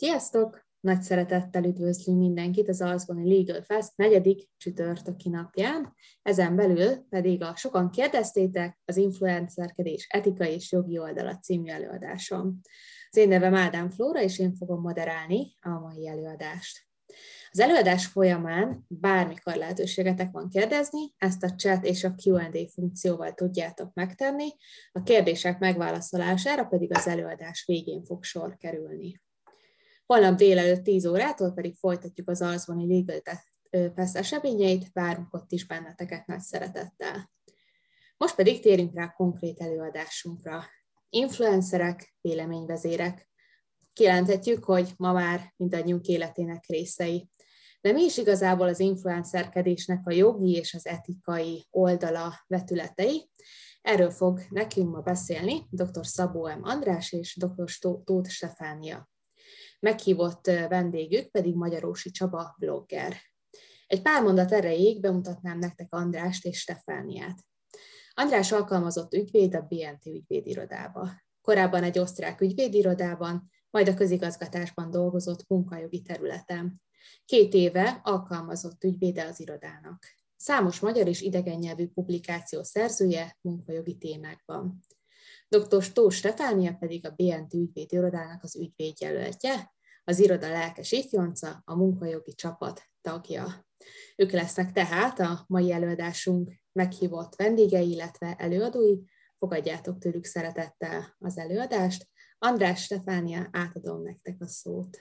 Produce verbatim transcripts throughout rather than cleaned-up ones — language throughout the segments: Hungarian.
Sziasztok! Nagy szeretettel üdvözlünk mindenkit az Alszboni Legal Fest negyedik csütörtöki napján, ezen belül pedig a sokan kérdeztétek az influencerkedés etikai és jogi oldala című előadásom. Az én nevem Ádám Flóra, és én fogom moderálni a mai előadást. Az előadás folyamán bármikor lehetőségetek van kérdezni, ezt a chat és a Q and A funkcióval tudjátok megtenni, a kérdések megválaszolására pedig az előadás végén fog sor kerülni. Holnap délelőtt tíz órától pedig folytatjuk az Alszboni Legal Fest eseményeit, várunk ott is benneteket nagy szeretettel. Most pedig térjünk rá konkrét előadásunkra. Influencerek, véleményvezérek. Kijelenthetjük, hogy ma már mindannyiunk életének részei. De mi is igazából az influencerkedésnek a jogi és az etikai oldala, vetületei? Erről fog nekünk ma beszélni dr. Szabó M. András és dr. Tóth Stefánia. Meghívott vendégük pedig Magyarósi Csaba blogger. Egy pár mondat erejéig bemutatnám nektek Andrást és Stefániát. András alkalmazott ügyvéd a bé en té ügyvédirodában. Korábban egy osztrák ügyvédirodában, majd a közigazgatásban dolgozott munkajogi területen. Két éve alkalmazott ügyvéde az irodának. Számos magyar és idegen nyelvű publikáció szerzője munkajogi témákban. dr. Tóth Stefánia pedig a bé en té ügyvédirodának az ügyvédjelöltje, az iroda lelkes ifjonca, a munkajogi csapat tagja. Ők lesznek tehát a mai előadásunk meghívott vendégei, illetve előadói. Fogadjátok tőlük szeretettel az előadást. András, Stefánia, átadom nektek a szót.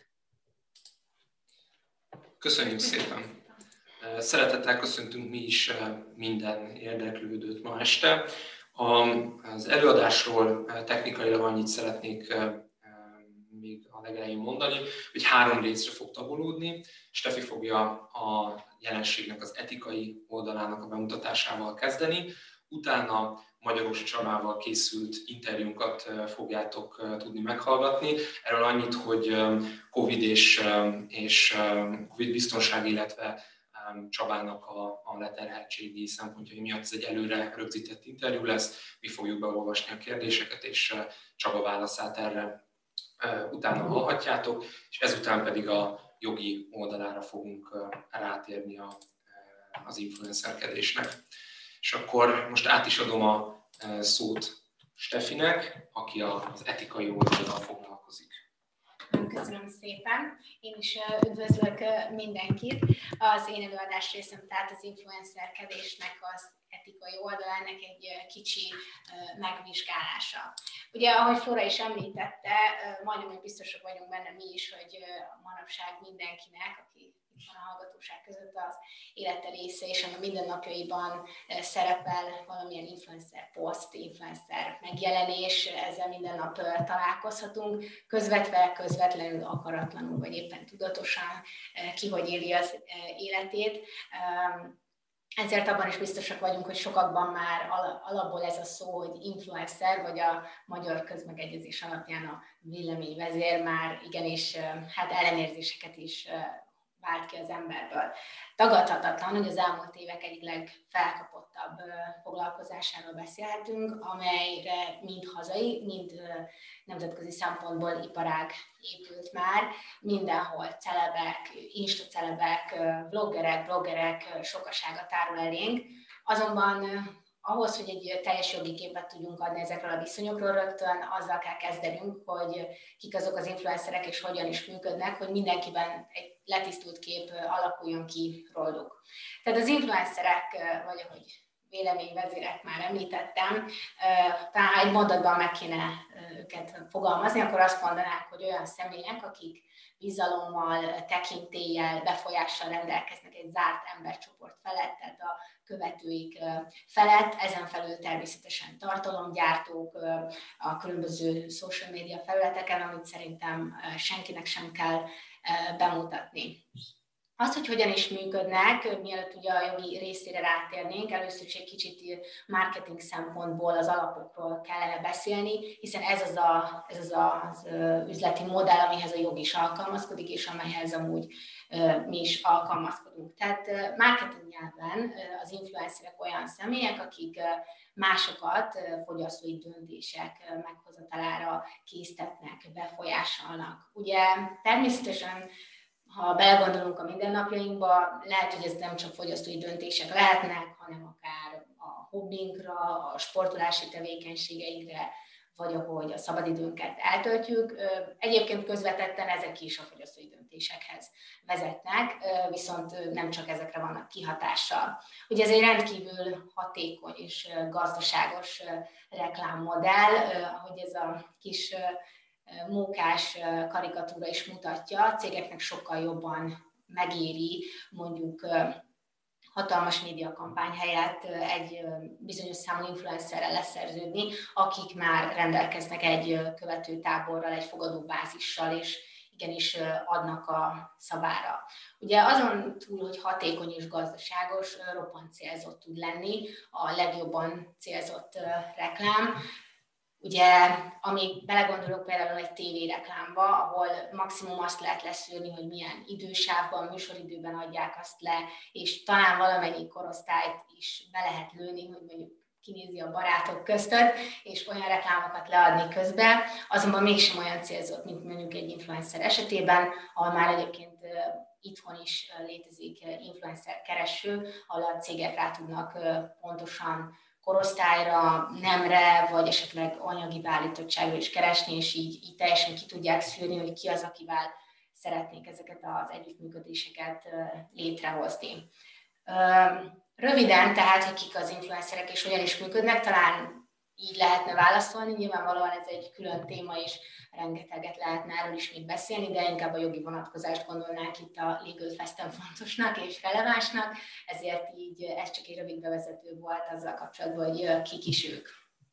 Köszönjük szépen! Szeretettel köszöntünk mi is minden érdeklődőt ma este. Az előadásról technikailag annyit szeretnék még a legelején mondani, hogy három részre fog tagolódni. Stefi fogja a jelenségnek az etikai oldalának a bemutatásával kezdeni, utána Magyarósi Csabával készült interjúnkat fogjátok tudni meghallgatni. Erről annyit, hogy Covid és, és Covid biztonság, illetve Csabának a, a leterheltségi szempontjai miatt ez egy előre rögzített interjú lesz. Mi fogjuk beolvasni a kérdéseket, és Csaba válaszát erre utána hallhatjátok, és ezután pedig a jogi oldalára fogunk rátérni a, az influencerkedésnek. És akkor most át is adom a szót Stefinek, aki az etikai oldalával foglalkozik. Köszönöm szépen. Én is üdvözlök mindenkit. Az én előadás részem tehát az influencerkedésnek az etikai oldalának egy kicsi megvizsgálása. Ugye, ahogy Flóra is említette, majdnem, hogy biztosak vagyunk benne mi is, hogy manapság mindenkinek, aki itt van a hallgatóság között, az élete része és a mindennapjaiban szerepel valamilyen influencer poszt, influencer megjelenés, ezzel minden nap találkozhatunk, közvetve, közvetlenül, akaratlanul, vagy éppen tudatosan ki, hogy éli az életét. Ezért abban is biztosak vagyunk, hogy sokakban már alapból ez a szó, hogy influencer, vagy a magyar közmegegyezés alapján a véleményvezér már igenis hát ellenérzéseket is vált ki az emberből. Tagadhatatlan, hogy az elmúlt évek egyik legfelkapottabb foglalkozásáról beszélhetünk, amelyre mind hazai, mind nemzetközi szempontból iparág épült már. Mindenhol celebek, instacelebek, vloggerek, bloggerek sokasága tárul elénk. Azonban ahhoz, hogy egy teljes jogi képet tudjunk adni ezekről a viszonyokról, rögtön azzal kell kezdenünk, hogy kik azok az influencerek és hogyan is működnek, hogy mindenkiben egy letisztult kép alakuljon ki róluk. Tehát az influencerek, vagy ahogy véleményvezérek már említettem, talán egy mondatban meg kéne őket fogalmazni, akkor azt mondanák, hogy olyan személyek, akik bizalommal, tekintéllyel, befolyással rendelkeznek egy zárt embercsoport felett, tehát a követőik felett, ezen felül természetesen tartalomgyártók a különböző social media felületeken, amit szerintem senkinek sem kell bemutatni. Az, hogy hogyan is működnek, mielőtt ugye a jogi részére rátérnénk, először is egy kicsit marketing szempontból az alapokról kellene beszélni, hiszen ez az a, ez az, az üzleti modell, amihez a jog is alkalmazkodik, és amelyhez amúgy mi is alkalmazkodunk. Tehát marketing nyelven az influencerek olyan személyek, akik másokat fogyasztói döntések meghozatalára késztetnek, befolyásolnak. Ugye természetesen, ha belegondolunk a mindennapjainkba, lehet, hogy ez nem csak fogyasztói döntések lehetnek, hanem akár a hobbinkra, a sportolási tevékenységeinkre, vagy ahogy a szabadidőnket eltöltjük. Egyébként közvetetten ezek is a fogyasztói döntésekhez vezetnek, viszont nem csak ezekre vannak kihatással. Ugye ez egy rendkívül hatékony és gazdaságos reklámmodell, ahogy ez a kis mókás karikatúra is mutatja, a cégeknek sokkal jobban megéri mondjuk hatalmas médiakampány helyett egy bizonyos számú influencerrel leszerződni, akik már rendelkeznek egy követőtáborral, egy fogadóbázissal, és igenis adnak a szavára. Ugye azon túl, hogy hatékony és gazdaságos, roppant célzott tud lenni, a legjobban célzott reklám. Ugye, amíg belegondolok például egy tévéreklámba, ahol maximum azt lehet leszűrni, hogy milyen idősávban, műsoridőben adják azt le, és talán valamennyi korosztályt is be lehet lőni, hogy mondjuk kinézi a barátok között, és olyan reklámokat leadni közben, azonban mégsem olyan célzott, mint mondjuk egy influencer esetében, ahol már egyébként itthon is létezik influencer kereső, ahol a cégek rá tudnak pontosan korosztályra, nemre, vagy esetleg anyagi beállítottságra is keresni, és így, így teljesen ki tudják szűrni, hogy ki az, akivel szeretnék ezeket az együttműködéseket létrehozni. Röviden, tehát, hogy kik az influencerek és hogyan is működnek, talán így lehetne válaszolni. Nyilvánvalóan ez egy külön téma, és rengeteget lehetne erről is még beszélni, de inkább a jogi vonatkozást gondolnánk itt a Legal Fest-en fontosnak és relevánsnak, ezért így ez csak egy rövid bevezető volt azzal kapcsolatban, hogy kik is ők.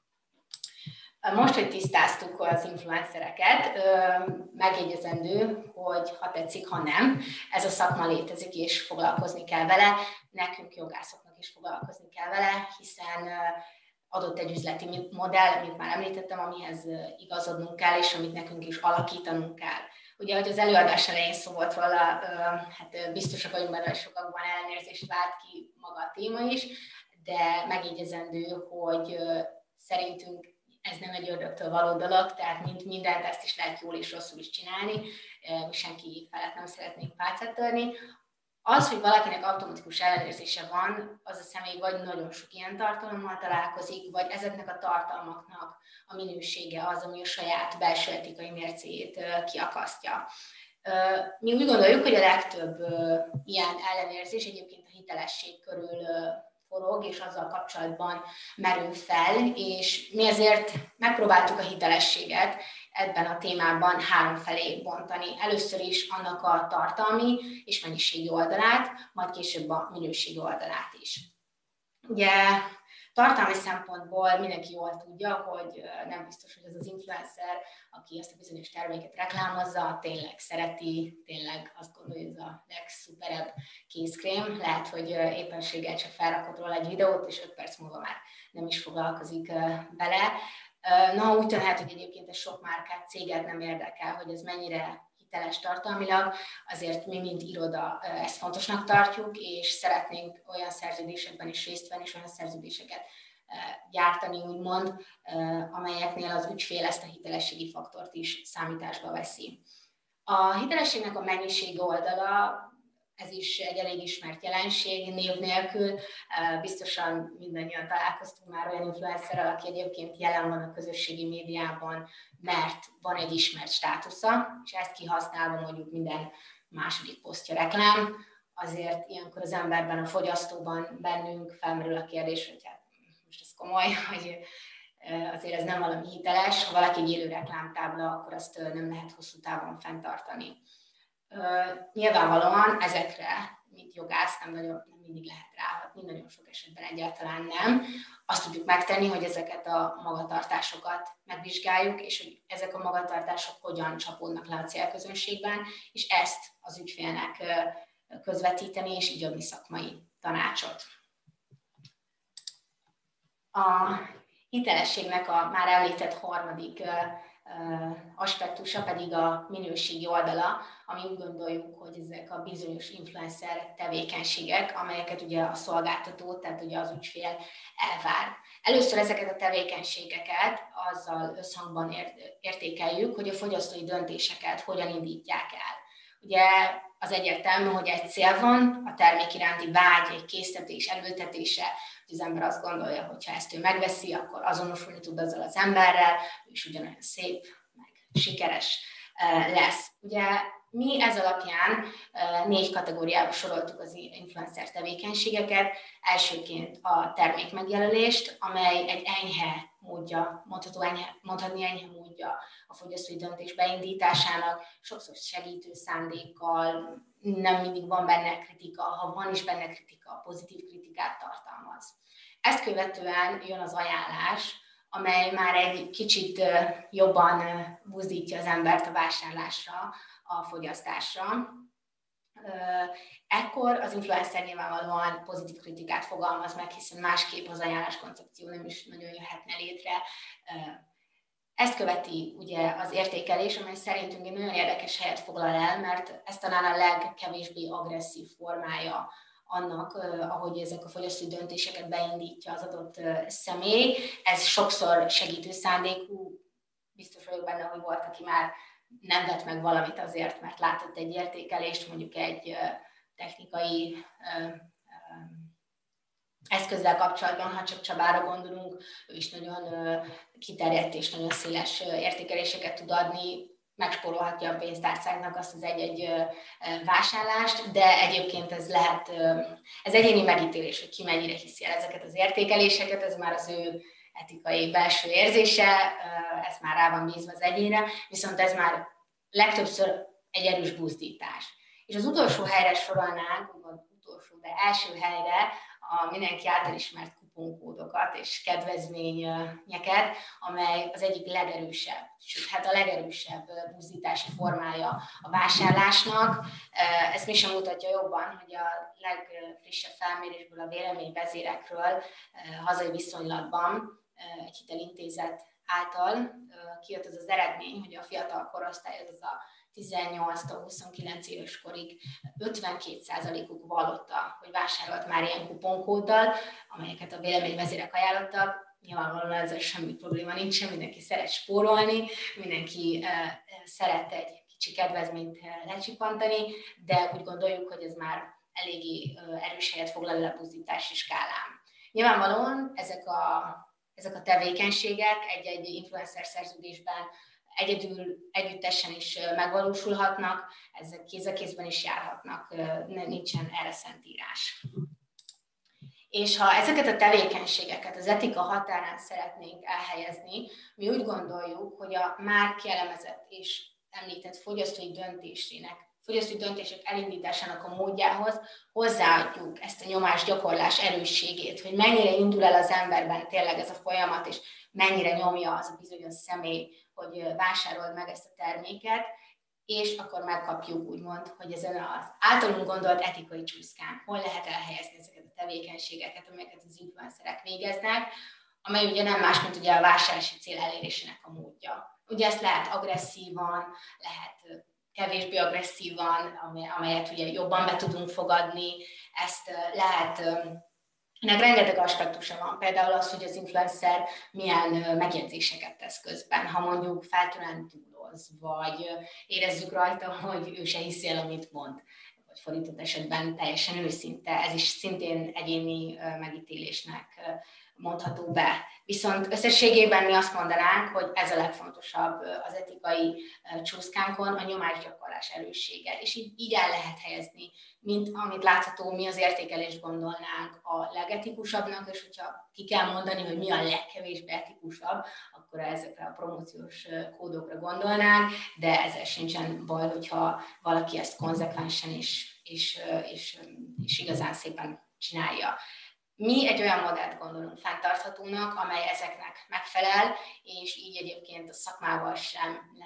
Most, hogy tisztáztuk az influencereket, megjegyezendő, hogy ha tetszik, ha nem, ez a szakma létezik és foglalkozni kell vele, nekünk jogászoknak is foglalkozni kell vele, hiszen adott egy üzleti modell, amit már említettem, amihez igazodnunk kell, és amit nekünk is alakítanunk kell. Ugye, hogy az előadás elején szó volt róla, hát biztosak vagyunk benne, hogy sokakban ellenérzést vált ki maga a téma is, de megjegyezendő, hogy szerintünk ez nem egy ördögtől való dolog, tehát mint mindent ezt is lehet jól és rosszul is csinálni, senki felett nem szeretnénk pálcát törni. Az, hogy valakinek automatikus ellenőrzése van, az a személy vagy nagyon sok ilyen tartalommal találkozik, vagy ezeknek a tartalmaknak a minősége az, ami a saját belső etikai mércéjét kiakasztja. Mi úgy gondoljuk, hogy a legtöbb ilyen ellenőrzés egyébként a hitelesség körül forog, és azzal kapcsolatban merül fel, és mi ezért megpróbáltuk a hitelességet ebben a témában három felé bontani. Először is annak a tartalmi és mennyiségi oldalát, majd később a minőségi oldalát is. Ugye tartalmi szempontból mindenki jól tudja, hogy nem biztos, hogy az az influencer, aki ezt a bizonyos terméket reklámozza, tényleg szereti, tényleg azt gondolja, hogy ez a legszuperebb kézkrém. Lehet, hogy éppenséggel csak felrakod róla egy videót, és öt perc múlva már nem is foglalkozik vele. Na, úgy tűnhet, hogy egyébként ez sok márkát, céget nem érdekel, hogy ez mennyire hiteles tartalmilag, azért mi, mint iroda ezt fontosnak tartjuk, és szeretnénk olyan szerződésekben is részt venni, és olyan szerződéseket gyártani, úgymond, amelyeknél az ügyfél ezt a hitelességi faktort is számításba veszi. A hitelességnek a mennyiség oldala, ez is egy elég ismert jelenség, név nélkül. Biztosan mindannyian találkoztunk már olyan influencerrel, aki egyébként jelen van a közösségi médiában, mert van egy ismert státusza, és ezt kihasználva mondjuk minden második posztja reklám. Azért ilyenkor az emberben, a fogyasztóban bennünk felmerül a kérdés, hogy hát most ez komoly, hogy azért ez nem valami hiteles. Ha valaki egy élő reklámtábla, akkor azt nem lehet hosszú távon fenntartani. Uh, nyilvánvalóan ezekre, mint jogász, nem, nagyon, nem mindig lehet ráhatni, nagyon sok esetben egyáltalán nem. Azt tudjuk megtenni, hogy ezeket a magatartásokat megvizsgáljuk, és hogy ezek a magatartások hogyan csapódnak le a célközönségben, és ezt az ügyfélnek uh, közvetíteni, és így adni szakmai tanácsot. A hitelességnek a már említett harmadik aspektusa pedig a minőségi oldala, ami úgy gondoljuk, hogy ezek a bizonyos influencer tevékenységek, amelyeket ugye a szolgáltató, tehát ugye az ügyfél elvár. Először ezeket a tevékenységeket azzal összhangban értékeljük, hogy a fogyasztói döntéseket hogyan indítják el. Ugye az egyértelmű, hogy egy cél van, a termék iránti vágy, egy késztetés, elültetése, hogy az ember azt gondolja, hogy ha ezt ő megveszi, akkor azonosulni tud azzal az emberrel, és ugyanolyan szép, meg sikeres lesz. Ugye mi ez alapján négy kategóriába soroltuk az influencer tevékenységeket. Elsőként a termékmegjelölést, amely egy enyhe módja, mondható enyhe, mondhatni enyhe módja a fogyasztói döntés beindításának, sokszor segítő szándékkal, nem mindig van benne kritika, ha van is benne kritika, pozitív kritikát tartalmaz. Ezt követően jön az ajánlás, amely már egy kicsit jobban buzdítja az embert a vásárlásra, a fogyasztásra. Ekkor az influencer nyilvánvalóan pozitív kritikát fogalmaz meg, hiszen másképp az ajánlás koncepció nem is nagyon jöhetne létre. Ezt követi ugye az értékelés, amely szerintünk egy nagyon érdekes helyet foglal el, mert ez talán a legkevésbé agresszív formája annak, ahogy ezek a fogyasztói döntéseket beindítja az adott személy. Ez sokszor segítő szándékú, biztos vagyok benne, hogy volt, aki már nem vett meg valamit azért, mert látott egy értékelést, mondjuk egy technikai eszközzel kapcsolatban, ha csak Csabára gondolunk, ő is nagyon kiterjedt és nagyon széles értékeléseket tud adni, megspórolhatja a pénztárcáknak azt az egy-egy vásárlást, de egyébként ez lehet, ez egyéni megítélés, hogy ki mennyire hiszi el ezeket az értékeléseket, ez már az ő etikai belső érzése, ez már rá van bízva az egyénre, viszont ez már legtöbbször egy erős buzdítás. És az utolsó helyre sorolnánk, vagy utolsó, de első helyre a mindenki által ismert kuponkódokat és kedvezményeket, amely az egyik legerősebb, sőt, hát a legerősebb buzdítási formája a vásárlásnak. Ezt mi sem mutatja jobban, hogy a legfrissebb felmérésből, a véleményvezérekről hazai viszonylatban egy hitelintézet által kijött az az eredmény, hogy a fiatal korosztály, az a tizennyolctól huszonkilenc éves korig ötvenkét százalékuk vallotta, hogy vásárolt már ilyen kuponkóddal, amelyeket a véleményvezérek ajánlottak. Nyilvánvalóan ezzel semmi probléma nincsen, mindenki szeret spórolni, mindenki uh, szeret egy kicsi kedvezményt lecsipantani, de úgy gondoljuk, hogy ez már eléggé uh, erős helyet foglal el a buzdítási skálán. Nyilvánvalóan ezek a, ezek a tevékenységek egy-egy influencer szerződésben egyedül, együttesen is megvalósulhatnak, ezek kéz a kézben is járhatnak, nincsen erre szentírás. És ha ezeket a tevékenységeket az etika határán szeretnénk elhelyezni, mi úgy gondoljuk, hogy a már kielemezett és említett fogyasztói döntésének, fogyasztói döntések elindításának a módjához hozzáadjuk ezt a nyomásgyakorlás erősségét, hogy mennyire indul el az emberben tényleg ez a folyamat, és mennyire nyomja az a bizonyos személy, hogy vásárold meg ezt a terméket, és akkor megkapjuk úgymond, hogy ezen az általunk gondolt etikai csúszkán hol lehet elhelyezni ezeket a tevékenységeket, amelyeket az influencerek végeznek, amely ugye nem más, mint ugye a vásárlási cél elérésének a módja. Ugye ezt lehet agresszívan, lehet kevésbé agresszívan, amelyet ugye jobban be tudunk fogadni, ezt lehet, ennek rengeteg aspektusa van, például az, hogy az influencer milyen megjegyzéseket tesz közben, ha mondjuk feltűnően túloz, vagy érezzük rajta, hogy ő se hiszi el, amit mond, vagy fordított esetben teljesen őszinte, ez is szintén egyéni megítélésnek mondható be. Viszont összességében mi azt mondanánk, hogy ez a legfontosabb az etikai csúszkánkon, a nyomásgyakorlás erőssége. És így, így el lehet helyezni, mint amit látható, mi az értékelést gondolnánk a legetikusabbnak, és hogyha ki kell mondani, hogy mi a legkevésbé etikusabb, akkor ezekre a promóciós kódokra gondolnánk, de ezzel sincsen baj, hogyha valaki ezt konzekvensen és, és, és, és igazán szépen csinálja. Mi egy olyan modellt gondolunk fenntarthatónak, amely ezeknek megfelel, és így egyébként a szakmával sem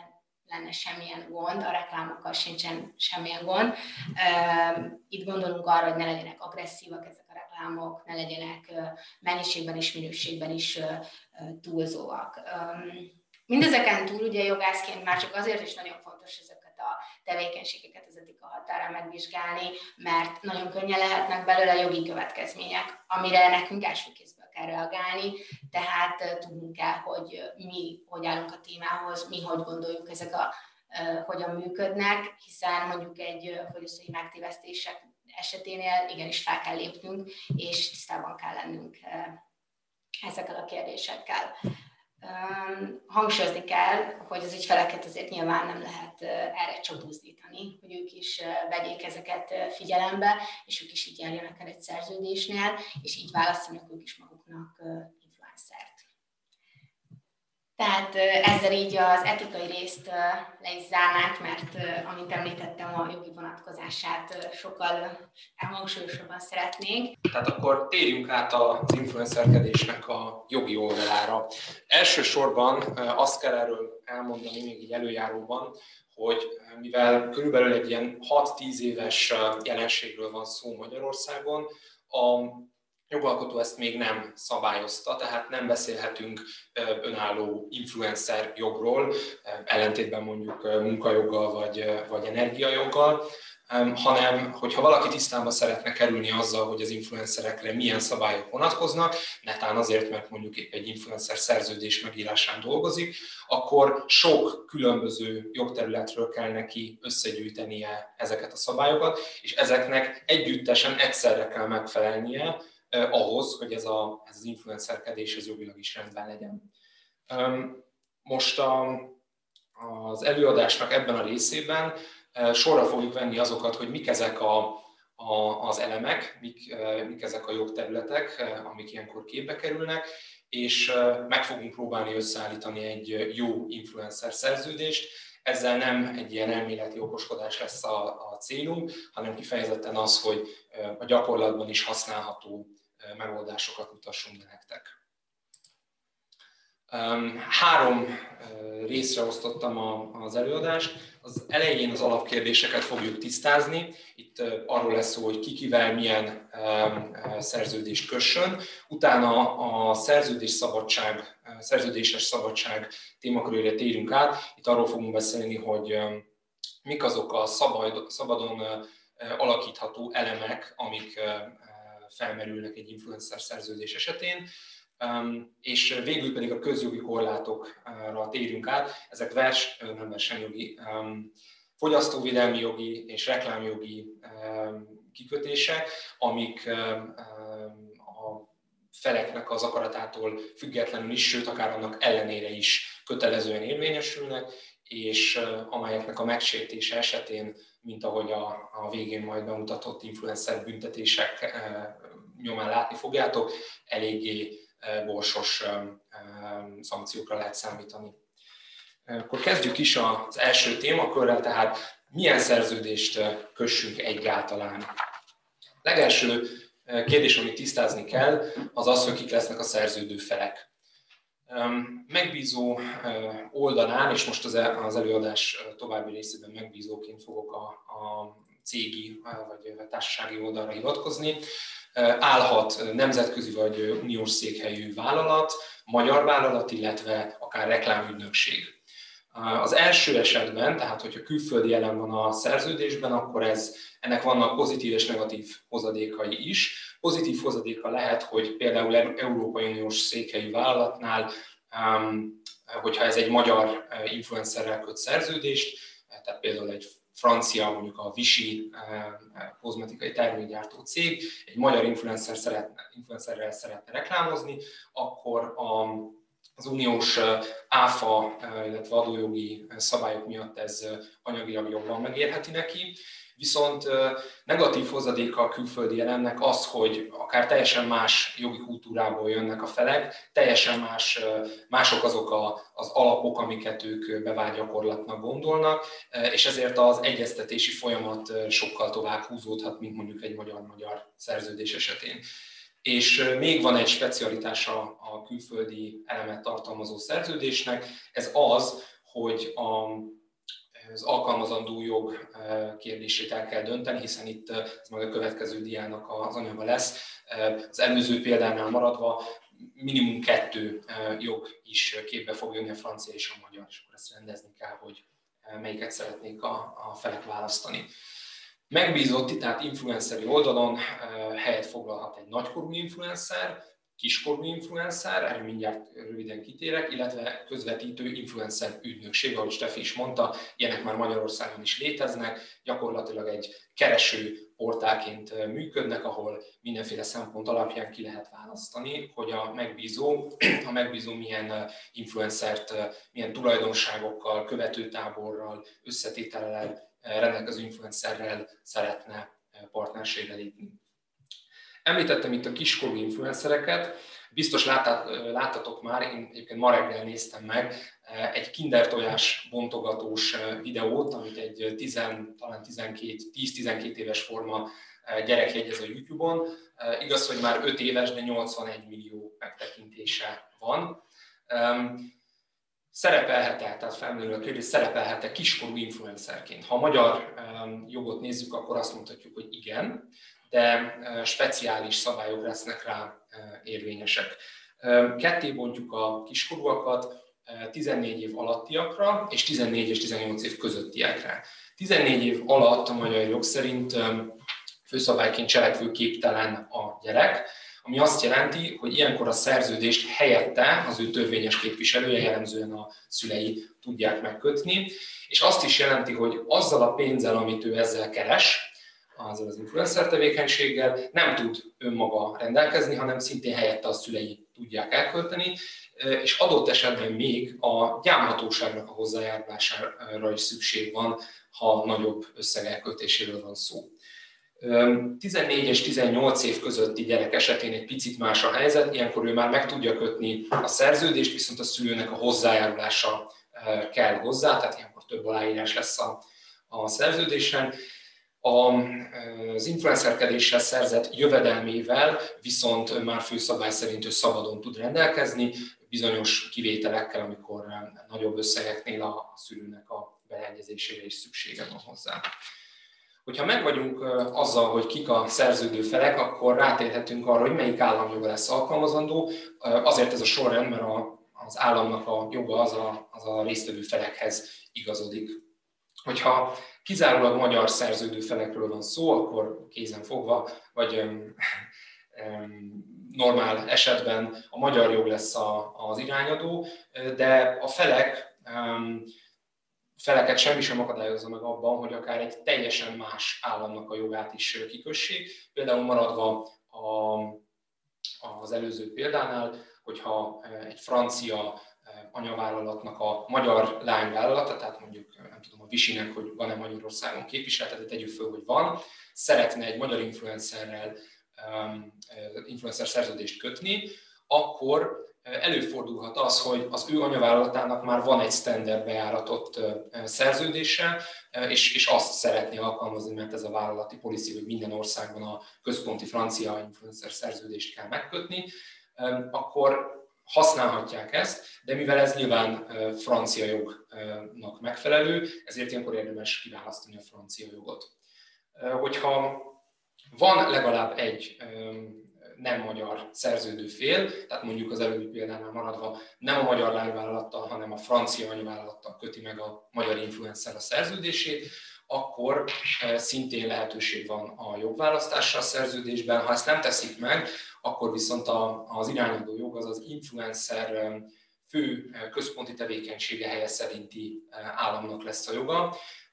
lenne semmilyen gond, a reklámokkal sincsen semmilyen gond. Itt gondolunk arra, hogy ne legyenek agresszívak ezek a reklámok, ne legyenek mennyiségben és minőségben is túlzóak. Mindezeken túl ugye jogászként már csak azért is nagyon fontos ezeket a tevékenységeket az etika határán megvizsgálni, mert nagyon könnyen lehetnek belőle jogi következmények, amire nekünk első kézből kell reagálni, tehát tudnunk kell, hogy mi hogy állunk a témához, mi hogy gondoljuk ezek a hogyan működnek, hiszen mondjuk egy fogyasztói megtévesztések eseténél igenis fel kell lépnünk, és tisztában kell lennünk ezekkel a kérdésekkel. Hangsúlyozni kell, hogy az ügyfeleket azért nyilván nem lehet erre csak buzdítani, hogy ők is vegyék ezeket figyelembe, és ők is így járjanak el egy szerződésnél, és így választanak ők is maguknak influencert. Tehát ezzel így az etikai részt le is zárnánk, mert amint említettem, a jogi vonatkozását sokkal hangsúlyosabban szeretnénk. Tehát akkor térjünk át az influencerkedésnek a jogi oldalára. Elsősorban azt kell erről elmondani még így előjáróban, hogy mivel körülbelül egy ilyen hat-tíz éves jelenségről van szó Magyarországon, a jogalkotó ezt még nem szabályozta, tehát nem beszélhetünk önálló influencer jogról, ellentétben mondjuk munkajoggal vagy, vagy energiajoggal, hanem hogyha valaki tisztában szeretne kerülni azzal, hogy az influencerekre milyen szabályok vonatkoznak, netán azért, mert mondjuk épp egy influencer szerződés megírásán dolgozik, akkor sok különböző jogterületről kell neki összegyűjtenie ezeket a szabályokat, és ezeknek együttesen egyszerre kell megfelelnie, Eh, ahhoz, hogy ez, a, ez az influencerkedés ez jogilag is rendben legyen. Um, most a, az előadásnak ebben a részében eh, sorra fogjuk venni azokat, hogy mik ezek a, a, az elemek, mik, eh, mik ezek a jogterületek, eh, amik ilyenkor képbe kerülnek, és eh, meg fogunk próbálni összeállítani egy jó influencer szerződést. Ezzel nem egy ilyen elméleti okoskodás lesz a, a célunk, hanem kifejezetten az, hogy a gyakorlatban is használható megoldásokat mutassunk be nektek. Három részre osztottam az előadást. Az elején az alapkérdéseket fogjuk tisztázni. Itt arról lesz szó, hogy ki kivel milyen szerződést kössön. Utána a szerződés szabadság, szerződéses szabadság témakörére térünk át. Itt arról fogunk beszélni, hogy mik azok a szabad, szabadon alakítható elemek, amik felmerülnek egy influencer szerződés esetén, és végül pedig a közjogi korlátokra térünk át. Ezek vers, nem versenyjogi, fogyasztóvédelmi jogi és reklámjogi kikötések, amik a feleknek az akaratától függetlenül is, sőt akár annak ellenére is kötelezően érvényesülnek, és amelyeknek a megsértése esetén, mint ahogy a, a végén majd bemutatott influencer büntetések nyomán látni fogjátok, eléggé borsos szankciókra lehet számítani. Akkor kezdjük is az első témakörrel, tehát milyen szerződést kössünk egyáltalán. Legelső kérdés, amit tisztázni kell, az az, hogy kik lesznek a szerződő felek. Megbízó oldalán, és most az előadás további részében megbízóként fogok a, a cégi vagy társasági oldalra hivatkozni, állhat nemzetközi vagy uniós székhelyű vállalat, magyar vállalat, illetve akár reklámügynökség. Az első esetben, tehát hogyha külföldi elem van a szerződésben, akkor ez, ennek vannak pozitív és negatív hozadékai is. Pozitív hozadéka lehet, hogy például Európai Uniós székhelyű vállalatnál, hogyha ez egy magyar influencerrel köt szerződést, tehát például egy francia, mondjuk a Vichy kozmetikai termékgyártó cég, egy magyar influencer szeretne, influencerrel szeretne reklámozni, akkor a, az uniós áfa, illetve adójogi szabályok miatt ez anyagilag jobban megérheti neki. Viszont negatív hozadéka a külföldi elemnek az, hogy akár teljesen más jogi kultúrából jönnek a felek, teljesen más, mások azok a, az alapok, amiket ők bevált gyakorlatnak gondolnak, és ezért az egyeztetési folyamat sokkal tovább húzódhat, mint mondjuk egy magyar-magyar szerződés esetén. És még van egy specialitása a külföldi elemet tartalmazó szerződésnek, ez az, hogy a az alkalmazandó jog kérdését el kell dönteni, hiszen itt ez majd a következő diának az anyaga lesz. Az előző példánál maradva minimum kettő jog is képbe fog jönni, a francia és a magyar, és akkor ezt rendezni kell, hogy melyiket szeretnék a, a felek választani. Megbízott, tehát influenceri oldalon helyet foglalhat egy nagykorú influencer, kiskorú influencer, erről mindjárt röviden kitérek, illetve közvetítő influencer ügynökség, ahogy Steffi is mondta, ilyenek már Magyarországon is léteznek, gyakorlatilag egy kereső portálként működnek, ahol mindenféle szempont alapján ki lehet választani, hogy a megbízó, a megbízó milyen influencert, milyen tulajdonságokkal, követőtáborral, összetétellel rendelkező influencerrel szeretne partnerségre lépni. Említettem itt a kiskorú influencereket, biztos láttatok már, én egyébként ma reggel néztem meg egy kinder tojás bontogatós videót, amit egy tíz, talán tíz-tizenkét éves forma gyerek jegyez a YouTube-on. Igaz, hogy már öt éves, de nyolcvanegy millió megtekintése van. Szerepelhet-e, tehát felmerül a kérdés, szerepelhet-e kiskorú influencerként? Ha a magyar jogot nézzük, akkor azt mondhatjuk, hogy igen, de speciális szabályok lesznek rá érvényesek. Ketté bontjuk a kiskorúakat tizennégy év alattiakra és tizennégy és tizennyolc év közöttiekre. tizennégy év alatt a magyar jog szerint főszabályként cselekvőképtelen a gyerek, ami azt jelenti, hogy ilyenkor a szerződést helyette az ő törvényes képviselője, jellemzően a szülei tudják megkötni, és azt is jelenti, hogy azzal a pénzzel, amit ő ezzel keres, azzal az influencer tevékenységgel nem tud önmaga rendelkezni, hanem szintén helyette a szülei tudják elkölteni, és adott esetben még a gyámhatóságnak a hozzájárulására is szükség van, ha nagyobb összeg elköltéséről van szó. tizennégy és tizennyolc év közötti gyerek esetén egy picit más a helyzet, ilyenkor ő már meg tudja kötni a szerződést, viszont a szülőnek a hozzájárulása kell hozzá, tehát ilyenkor több aláírás lesz a, a szerződésen. Az influencerkedéssel szerzett jövedelmével viszont már főszabály szerint ő szabadon tud rendelkezni, bizonyos kivételekkel, amikor nagyobb összegeknél a szülőnek a beleegyezésére is szüksége van hozzá. Hogyha meg vagyunk azzal, hogy kik a szerződő felek, akkor rátérhetünk arra, hogy melyik államjoga lesz alkalmazandó. Azért ez a sorrend, mert az államnak a joga az a, az a résztvevő felekhez igazodik. Hogyha kizárólag magyar szerződő felekről van szó, akkor kézen fogva, vagy um, um, normál esetben a magyar jog lesz a, az irányadó, de a felek, um, feleket semmi sem akadályozza meg abban, hogy akár egy teljesen más államnak a jogát is kikössék. Például maradva a, az előző példánál, hogyha egy francia anyavállalatnak a magyar lányvállalata, tehát mondjuk nem tudom, a Visinek, hogy van-e Magyarországon képviselete, de tegyük föl, hogy van, szeretne egy magyar influencerrel um, influencer szerződést kötni, akkor előfordulhat az, hogy az ő anyavállalatának már van egy standard bejáratott szerződése, és, és azt szeretné alkalmazni, mert ez a vállalati policy, hogy minden országban a központi francia influencer szerződést kell megkötni, akkor használhatják ezt, de mivel ez nyilván francia jognak megfelelő, ezért ilyenkor érdemes kiválasztani a francia jogot. Hogyha van legalább egy nem magyar szerződő fél, tehát mondjuk az előbbi példánál maradva nem a magyar lányvállalattal, hanem a francia anyavállalattal köti meg a magyar influencer a szerződését, akkor szintén lehetőség van a jogválasztásra a szerződésben. Ha ezt nem teszik meg, akkor viszont az irányadó jog az az influencer fő központi tevékenysége helye szerinti államnak lesz a joga.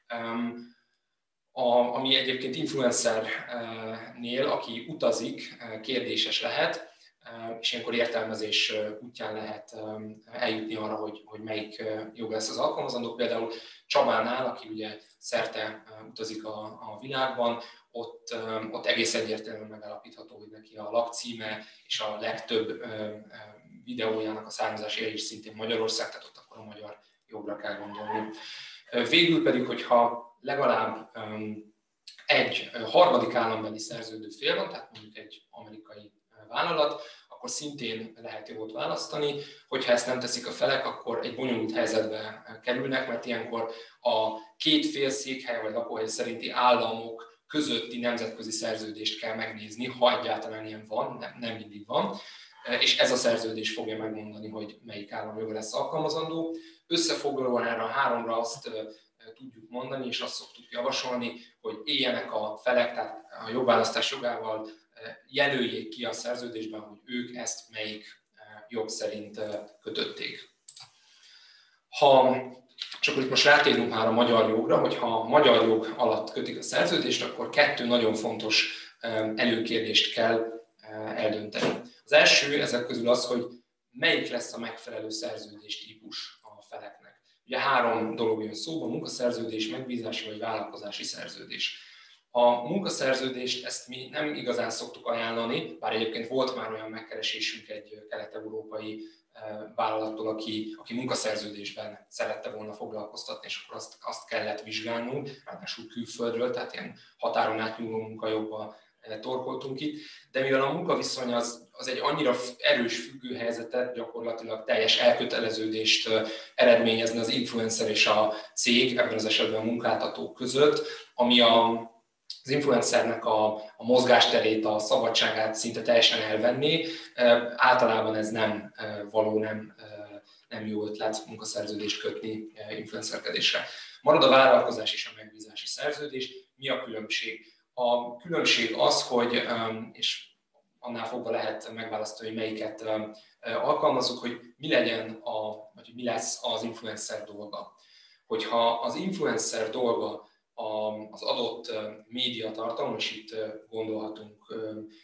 A, ami egyébként influencernél, aki utazik, kérdéses lehet, és ilyenkor értelmezés útján lehet eljutni arra, hogy, hogy melyik jog lesz az alkalmazandó. Például Csabánál, aki ugye szerte utazik a, a világban, ott, ott egész egyértelműen megállapítható, hogy neki a lakcíme és a legtöbb videójának a származási helye is szintén Magyarország, tehát ott akkor a magyar jogra kell gondolni. Végül pedig, hogyha legalább egy harmadik állambeli szerződő fél van, tehát mondjuk egy amerikai vállalat, akkor akkor szintén lehet jogot választani. Hogyha ezt nem teszik a felek, akkor egy bonyolult helyzetbe kerülnek, mert ilyenkor a két fél székhely vagy lakóhely szerinti államok közötti nemzetközi szerződést kell megnézni, ha egyáltalán ilyen van, nem, nem mindig van, és ez a szerződés fogja megmondani, hogy melyik állam joga lesz alkalmazandó. Összefoglalóan erre a háromra azt tudjuk mondani, és azt szoktuk javasolni, hogy éljenek a felek, tehát a jogválasztás jogával jelöljék ki a szerződésben, hogy ők ezt melyik jog szerint kötötték. Ha csak itt most rátérünk már a magyar jogra, hogyha a magyar jog alatt kötik a szerződést, akkor kettő nagyon fontos előkérdést kell eldönteni. Az első ezek közül az, hogy melyik lesz a megfelelő szerződés típus a feleknek. Ugye három dolog jön szóba: munkaszerződés, megbízási vagy vállalkozási szerződés. A munkaszerződést ezt mi nem igazán szoktuk ajánlani, bár egyébként volt már olyan megkeresésünk egy kelet-európai vállalattól, aki, aki munkaszerződésben szerette volna foglalkoztatni, és akkor azt, azt kellett vizsgálnunk, ráadásul külföldről, tehát ilyen határon átnyúló munkajogba torkoltunk itt, de mivel a munkaviszony az, az egy annyira erős függőhelyzetet, gyakorlatilag teljes elköteleződést eredményezne az influencer és a cég, ebben az esetben a munkáltató között, ami a az influencernek a, a mozgásterét, a szabadságát szinte teljesen elvenni. Általában ez nem való, nem, nem jó ötlet munkaszerződést kötni influencerkedésre. Marad a vállalkozás és a megbízási szerződés. Mi a különbség? A különbség az, hogy, és annál fogva lehet megválasztani, hogy melyiket alkalmazzuk, hogy mi legyen, a, vagy mi lesz az influencer dolga. Hogyha az influencer dolga az adott médiatartalom, és itt gondolhatunk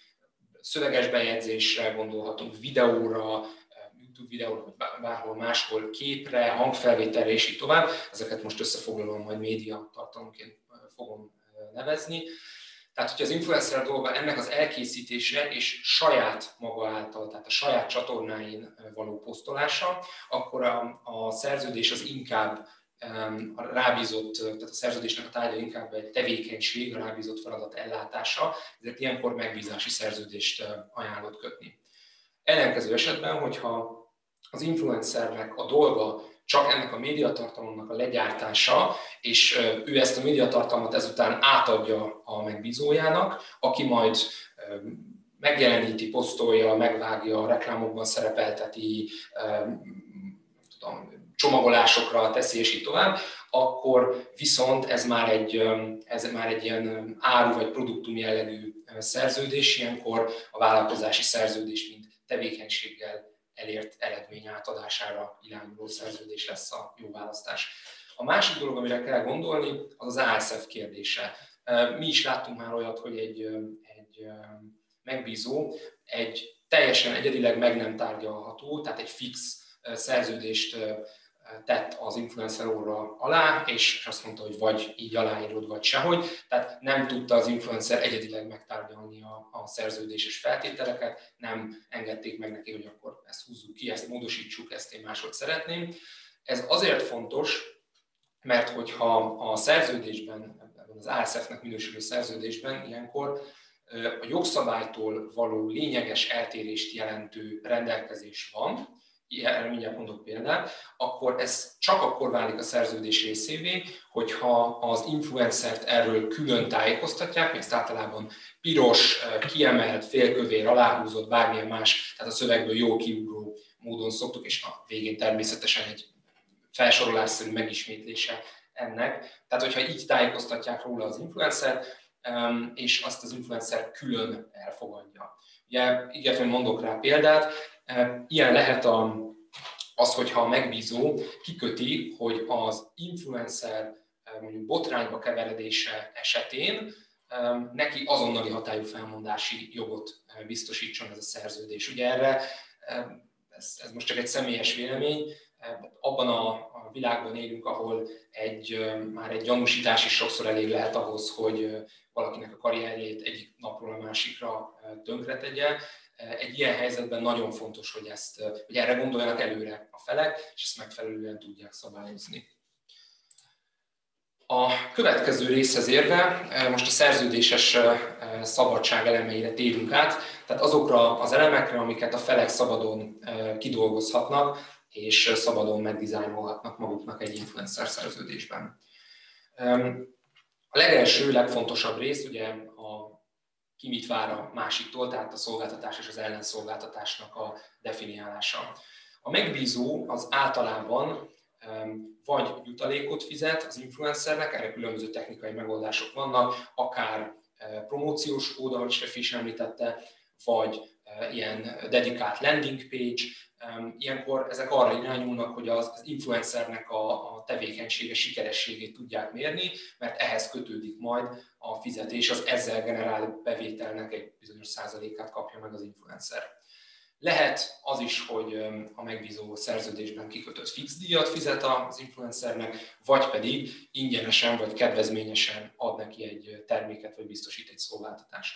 szöveges bejegyzésre, gondolhatunk videóra, YouTube videóra, vagy bárhol máshol képre, hangfelvételre, és így tovább. Ezeket most összefoglalom, majd médiatartalomként fogom nevezni. Tehát, hogyha az influencer dolga ennek az elkészítése és saját maga által, tehát a saját csatornáin való posztolása, akkor a, a szerződés az inkább a rábízott, tehát a szerződésnek a tárgya inkább egy tevékenység, a rábízott feladat ellátása, ezért ilyenkor megbízási szerződést ajánlott kötni. Ellenkező esetben, hogyha az influencernek a dolga csak ennek a médiatartalomnak a legyártása, és ő ezt a médiatartalmat ezután átadja a megbízójának, aki majd megjeleníti, posztolja, megvágja, reklámokban szerepelteti, tudom, csomagolásokra teszi, és így tovább, akkor viszont ez már egy, ez már egy ilyen áru vagy produktum jellegű szerződés, ilyenkor a vállalkozási szerződés, mint tevékenységgel elért eredmény átadására irányuló szerződés lesz a jó választás. A másik dolog, amire kell gondolni, az az á es ef kérdése. Mi is láttunk már olyat, hogy egy, egy megbízó egy teljesen egyedileg meg nem tárgyalható, tehát egy fix szerződést tett az influencer óra alá, és azt mondta, hogy vagy így aláírod, vagy sehogy. Tehát nem tudta az influencer egyedileg megtárgyalni a, a szerződéses feltételeket, nem engedték meg neki, hogy akkor ezt húzzuk ki, ezt módosítsuk, ezt én máshogy szeretném. Ez azért fontos, mert hogyha a szerződésben, az á es ef-nek minősülő szerződésben ilyenkor a jogszabálytól való lényeges eltérést jelentő rendelkezés van, erre mindjárt mondok példát, akkor ez csak akkor válik a szerződés részévé, hogyha az influencert erről külön tájékoztatják, ezt általában piros, kiemelt, félkövér, aláhúzott, bármilyen más, tehát a szövegből jó kiugró módon szoktuk, és a végén természetesen egy felsorolásszerű megismétlése ennek. Tehát, hogyha így tájékoztatják róla az influencert, és azt az influencer külön elfogadja. Ugye, ígértem, hogy mondok rá példát. Ilyen lehet a, az, hogyha a megbízó kiköti, hogy az influencer mondjuk botrányba keveredése esetén neki azonnali hatályú felmondási jogot biztosítson ez a szerződés. Ugye erre, ez, ez most csak egy személyes vélemény, abban a, a világban élünk, ahol egy, már egy gyanúsítás is sokszor elég lehet ahhoz, hogy valakinek a karrierjét egyik napról a másikra tönkretegye. Egy ilyen helyzetben nagyon fontos, hogy, ezt, hogy erre gondoljanak előre a felek, és ezt megfelelően tudják szabályozni. A következő részhez érve most a szerződéses szabadság elemeire térünk át, tehát azokra az elemekre, amiket a felek szabadon kidolgozhatnak, és szabadon megdizájnolhatnak maguknak egy influencer szerződésben. A legelső, legfontosabb rész ugye a ki mit vár a másiktól, tehát a szolgáltatás és az ellenszolgáltatásnak a definiálása. A megbízó az általában vagy jutalékot fizet az influencernek, erre különböző technikai megoldások vannak, akár promóciós kód, ahogy Steffi is említette, vagy ilyen dedikált landing page. Ilyenkor ezek arra irányulnak, hogy az influencernek a, a tevékenysége sikerességét tudják mérni, mert ehhez kötődik majd a fizetés, az ezzel generált bevételnek egy bizonyos százalékát kapja meg az influencer. Lehet az is, hogy a megbízó szerződésben kikötött fix díjat fizet az influencernek, vagy pedig ingyenesen vagy kedvezményesen ad neki egy terméket, vagy biztosít egy szolgáltatást.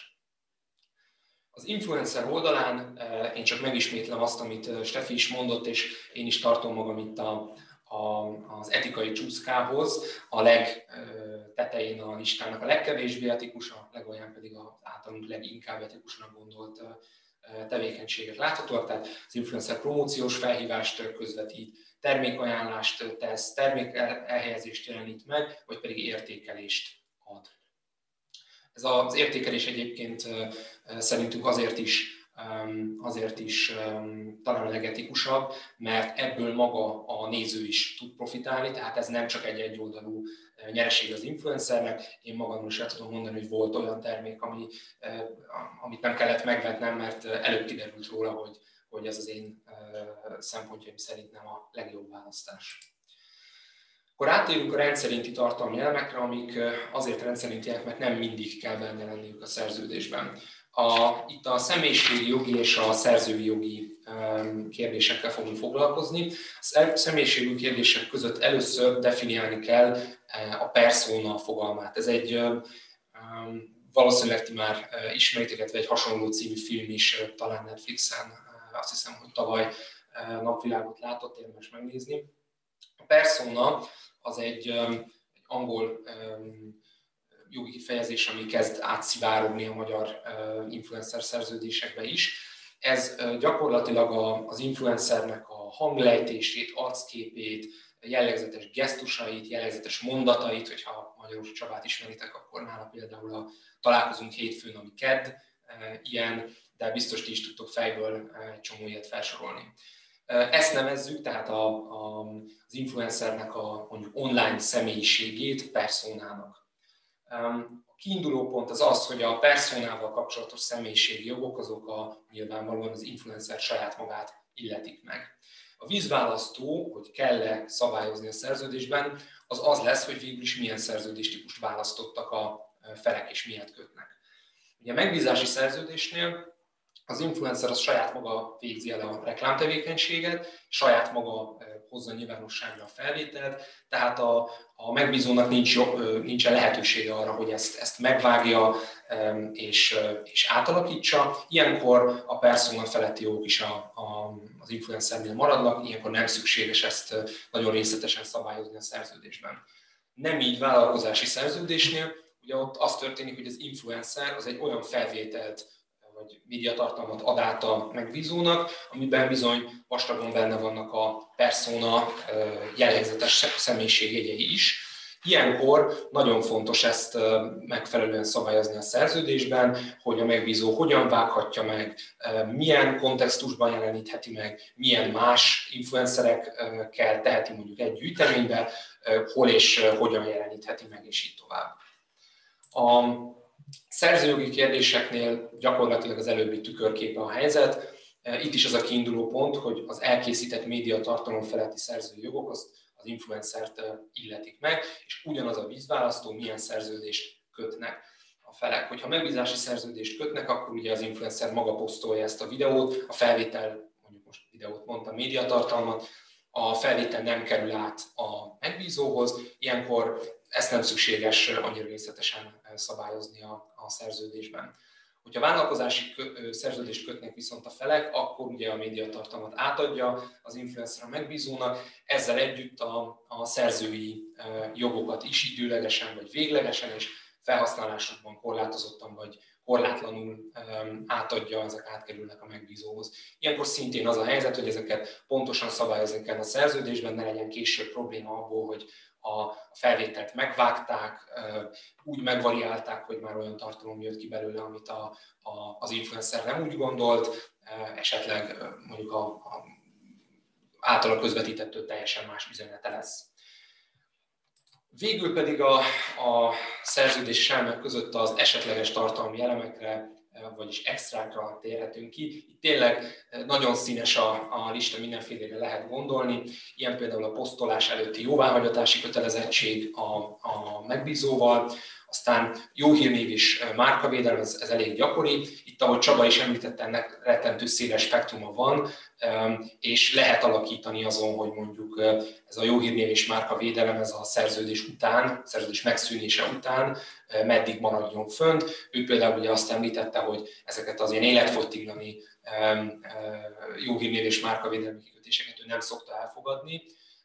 Az influencer oldalán én csak megismétlem azt, amit Steffi is mondott, és én is tartom magam itt a, a, az etikai csúszkához, a legtetején a listának a legkevésbé etikus, a legalján pedig az általunk leginkább etikusnak gondolt tevékenységek láthatóak, tehát az influencer promóciós felhívást közvetít, termékajánlást tesz, termékelhelyezést jelenít meg, vagy pedig értékelést ad. Ez az értékelés egyébként szerintünk azért is, azért is talán a legetikusabb, mert ebből maga a néző is tud profitálni, tehát ez nem csak egy egyoldalú nyereség az influencernek. Én magamról is el tudom mondani, hogy volt olyan termék, ami, amit nem kellett megvetnem, mert előbb kiderült róla, hogy, hogy ez az én szempontjaim szerint nem a legjobb választás. Akkor átérünk a rendszerinti tartalmi elemekre, amik azért rendszerintiek, mert nem mindig kell benne lenniük a szerződésben. A, itt a személyiségi jogi és a szerzői jogi um, kérdésekkel fogunk foglalkozni. A személyiségi kérdések között először definiálni kell uh, a persona fogalmát. Ez egy um, valószínűleg ti már uh, ismeritek, illetve egy hasonló című film is uh, talán Netflixen, uh, azt hiszem, hogy tavaly uh, napvilágot látott, érdemes megnézni. A persona az egy, um, egy angol um, jogi kifejezés, ami kezd átszivárogni a magyar influencer szerződésekbe is. Ez gyakorlatilag az influencernek a hanglejtését, arcképét, jellegzetes gesztusait, jellegzetes mondatait, hogyha Magyaros Csabát ismeritek, akkor nála például a Találkozunk hétfőn, ami kedd, ilyen, de biztos ti is tudtok fejből egy csomó ilyet felsorolni. Ezt nevezzük, tehát a, a, az influencernek a mondjuk online személyiségét personának. A kiinduló pont az az, hogy a personával kapcsolatos személyiségi jogok azok a, nyilvánvalóan az influencer saját magát illetik meg. A vízválasztó, hogy kell-e szabályozni a szerződésben, az az lesz, hogy végül is milyen szerződéstípust választottak a felek és miért kötnek. Ugye a megbízási szerződésnél az influencer az saját maga végzi el a reklámtevékenységet, saját maga hozza nyilvánosságra a felvételt, tehát a, a megbízónak nincs, nincsen lehetősége arra, hogy ezt, ezt megvágja és, és átalakítsa. Ilyenkor a persona feletti jogok is a, a, az influencernél maradnak, ilyenkor nem szükséges ezt nagyon részletesen szabályozni a szerződésben. Nem így vállalkozási szerződésnél, ugye ott az történik, hogy az influencer az egy olyan felvételt vagy médiatartalmat ad át a megbízónak, amiben bizony vastagon benne vannak a persona jellegzetes személyiségjegyei is. Ilyenkor nagyon fontos ezt megfelelően szabályozni a szerződésben, hogy a megbízó hogyan vághatja meg, milyen kontextusban jelenítheti meg, milyen más influencerekkel teheti mondjuk egy gyűjteménybe, hol és hogyan jelenítheti meg, és így tovább. A szerzőjogi kérdéseknél gyakorlatilag az előbbi tükörképe a helyzet. Itt is az a kiinduló pont, hogy az elkészített médiatartalom feletti szerzői jogok az, az influencert illetik meg, és ugyanaz a vízválasztó, milyen szerződést kötnek a felek. Hogyha megbízási szerződést kötnek, akkor ugye az influencer maga posztolja ezt a videót, a felvétel, mondjuk most videót mondtam, médiatartalmat, a felvétel nem kerül át a megbízóhoz, ilyenkor ezt nem szükséges annyira részletesen szabályozni a, a szerződésben. Hogyha vállalkozási szerződést kötnek viszont a felek, akkor ugye a médiatartalmat átadja az influencer a megbízónak, ezzel együtt a, a szerzői jogokat is időlegesen vagy véglegesen és felhasználásukban korlátozottan vagy korlátlanul átadja, ezek átkerülnek a megbízóhoz. Ilyenkor szintén az a helyzet, hogy ezeket pontosan szabályozni kell a szerződésben, ne legyen később probléma abból, hogy a felvételt megvágták, úgy megvariálták, hogy már olyan tartalom jött ki belőle, amit a, a, az influencer nem úgy gondolt, esetleg mondjuk a, a általa közvetítettől teljesen más üzenete lesz. Végül pedig a, a szerződés és elmek között az esetleges tartalmi elemekre, vagyis extrákra térhetünk ki. Itt tényleg nagyon színes a, a lista, mindenfélére lehet gondolni. Ilyen például a posztolás előtti jóváhagyatási kötelezettség a, a megbízóval, aztán jó hírnév és márkavédelem, ez, ez elég gyakori. Itt, ahogy Csaba is említette, ennek rettentő széles spektruma van, és lehet alakítani azon, hogy mondjuk ez a jó hírnév és márkavédelem, ez a szerződés után, szerződés megszűnése után meddig maradjon fönt. Ő például ugye azt említette, hogy ezeket az ilyen életfogytiglani jó hírnév és márkavédelmi kikötéseket ő nem szokta elfogadni,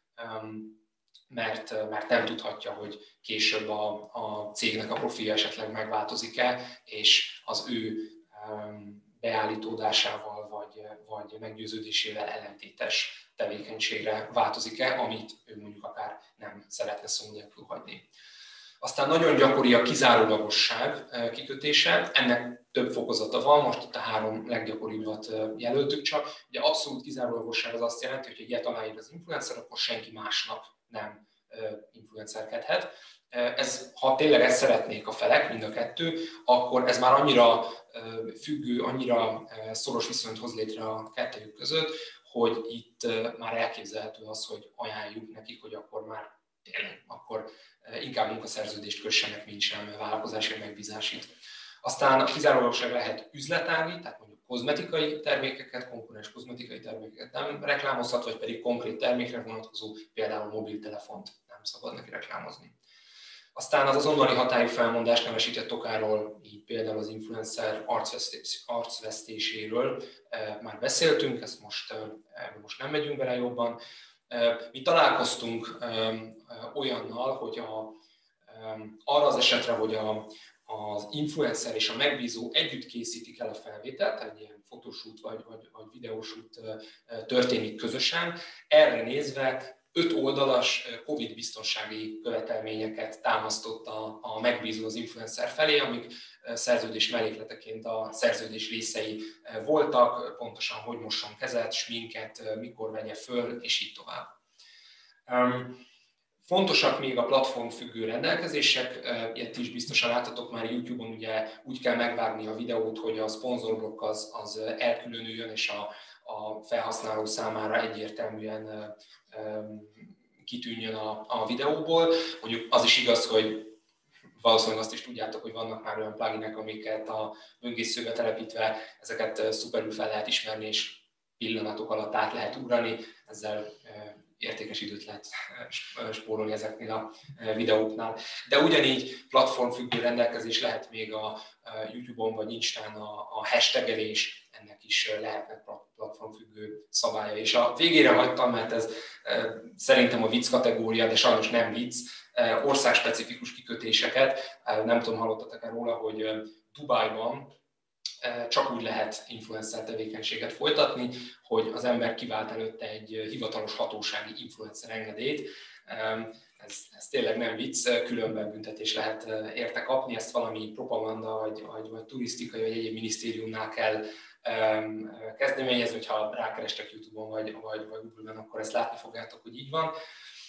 Mert, mert nem tudhatja, hogy később a, a cégnek a profilja esetleg megváltozik-e, és az ő beállítódásával vagy, vagy meggyőződésével ellentétes tevékenységre változik-e, amit ő mondjuk akár nem szeretne szó nélkül hagyni. Aztán nagyon gyakori a kizárólagosság kikötése, ennek több fokozata van, most itt a három leggyakoribbat jelöltük csak. Ugye abszolút kizárólagosság az azt jelenti, hogy ha ilyet aláír az influencer, akkor senki másnak nem influencerkedhet. Ez, ha tényleg ezt szeretnék a felek, mind a kettő, akkor ez már annyira függő, annyira szoros viszonyt hoz létre a kettőjük között, hogy itt már elképzelhető az, hogy ajánljuk nekik, hogy akkor már tényleg, akkor inkább munkaszerződést kössenek, mint sem vállalkozási megbízásit. Aztán a kizárólagosság lehet üzletági, tehát mondjuk kozmetikai termékeket, konkurens kozmetikai termékeket nem reklámozhat, vagy pedig konkrét termékre vonatkozó, például mobiltelefont nem szabad neki reklámozni. Aztán az azonnali hatályú felmondás nevesített okáról, így például az influencer arcvesztés, arcvesztéséről már beszéltünk, ezt most, most nem megyünk bele jobban. Mi találkoztunk olyannal, hogy a, arra az esetre, hogy a, az influencer és a megbízó együtt készítik el a felvételt, egy ilyen fotoshoot vagy, vagy, vagy videóshoot történik közösen, erre nézve öt oldalas Covid biztonsági követelményeket támasztott a, a megbízó az influencer felé, amik szerződés mellékleteként a szerződés részei voltak, pontosan hogy mosson kezet, sminket, mikor vegye föl, és így tovább. Fontosak még a platformfüggő rendelkezések, ilyet is biztosan láttatok már YouTube-on, ugye úgy kell megvágni a videót, hogy a szponzorblokk az, az elkülönüljön, és a, a felhasználó számára egyértelműen kitűnjön a, a videóból. Mondjuk az is igaz, hogy valószínűleg azt is tudjátok, hogy vannak már olyan pluginek, amiket a böngészőbe telepítve ezeket szuperül fel lehet ismerni, és pillanatok alatt át lehet ugrani, ezzel értékes időt lehet spórolni ezeknél a videóknál. De ugyanígy platformfüggő rendelkezés lehet még a YouTube-on vagy Instán a, a hashtagelés, ennek is lehetnek platformfüggő szabálya. És a végére hagytam, mert ez szerintem a vicc kategória, de sajnos nem vicc, országspecifikus kikötéseket. Nem tudom, hallottatok-e róla, hogy Dubájban csak úgy lehet influencer tevékenységet folytatni, hogy az ember kivált előtte egy hivatalos hatósági influencer engedélyt. Ez, ez tényleg nem vicc, különben büntetés lehet érte kapni, ezt valami propaganda vagy, vagy, vagy turisztikai vagy egyéb minisztériumnál kell kezdeményezni, hogyha rákerestek YouTube-on vagy, vagy, vagy Google-ben, akkor ezt látni fogjátok, hogy így van.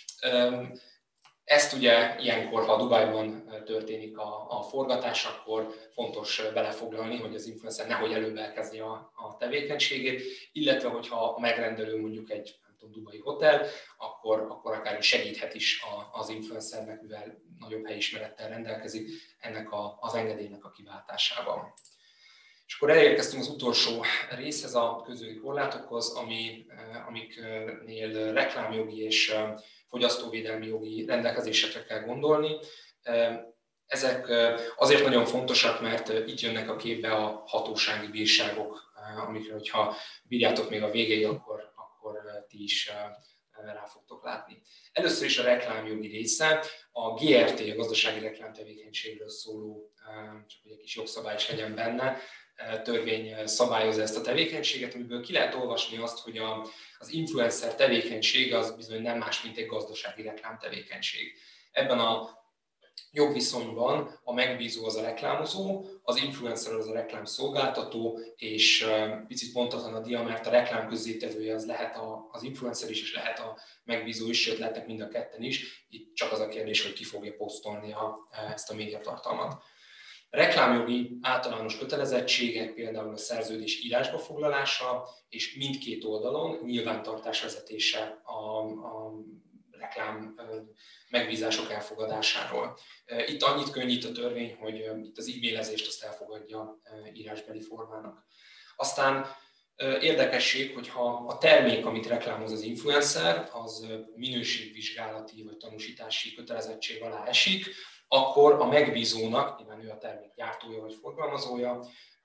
Ezt ugye ilyenkor, ha Dubájban történik a, a forgatás, akkor fontos belefoglalni, hogy az influencer nehogy előbb elkezdje a, a tevékenységét, illetve hogyha a megrendelő mondjuk egy nem tudom, dubai hotel, akkor, akkor akár segíthet is a, az influencernek, mivel nagyobb helyismerettel rendelkezik ennek a, az engedélynek a kiváltásában. És akkor elérkeztünk az utolsó részhez, a közjogi korlátokhoz, ami, amiknél reklámjogi és fogyasztóvédelmi jogi rendelkezésekre kell gondolni. Ezek azért nagyon fontosak, mert itt jönnek a képbe a hatósági bírságok, amikre, hogyha bírjátok még a végéig, akkor, akkor ti is rá fogtok látni. Először is a reklámjogi része, a gé er té, a gazdasági reklámtevékenységről szóló, csak hogy egy kis jogszabály is legyen benne, törvény szabályozza ezt a tevékenységet, amiből ki lehet olvasni azt, hogy a, az influencer tevékenység az bizony nem más, mint egy gazdasági reklámtevékenység. Ebben a jogviszonyban a megbízó az a reklámozó, az influencer az a reklámszolgáltató, és picit pontatlan a dia, mert a reklám közzétevője az lehet az influencer is, és lehet a megbízó is, sőt lehetnek mind a ketten is. Itt csak az a kérdés, hogy ki fogja posztolni a, ezt a médiatartalmat. Reklámjogi általános kötelezettségek, például a szerződés írásba foglalása, és mindkét oldalon nyilvántartás vezetése a, a reklám megbízások elfogadásáról. Itt annyit könnyít a törvény, hogy itt az e-mailezést azt elfogadja írásbeli formának. Aztán érdekesség, hogyha a termék, amit reklámoz az influencer, az minőségvizsgálati vagy tanúsítási kötelezettség alá esik, akkor a megbízónak, nyilván ő a termék gyártója vagy forgalmazója,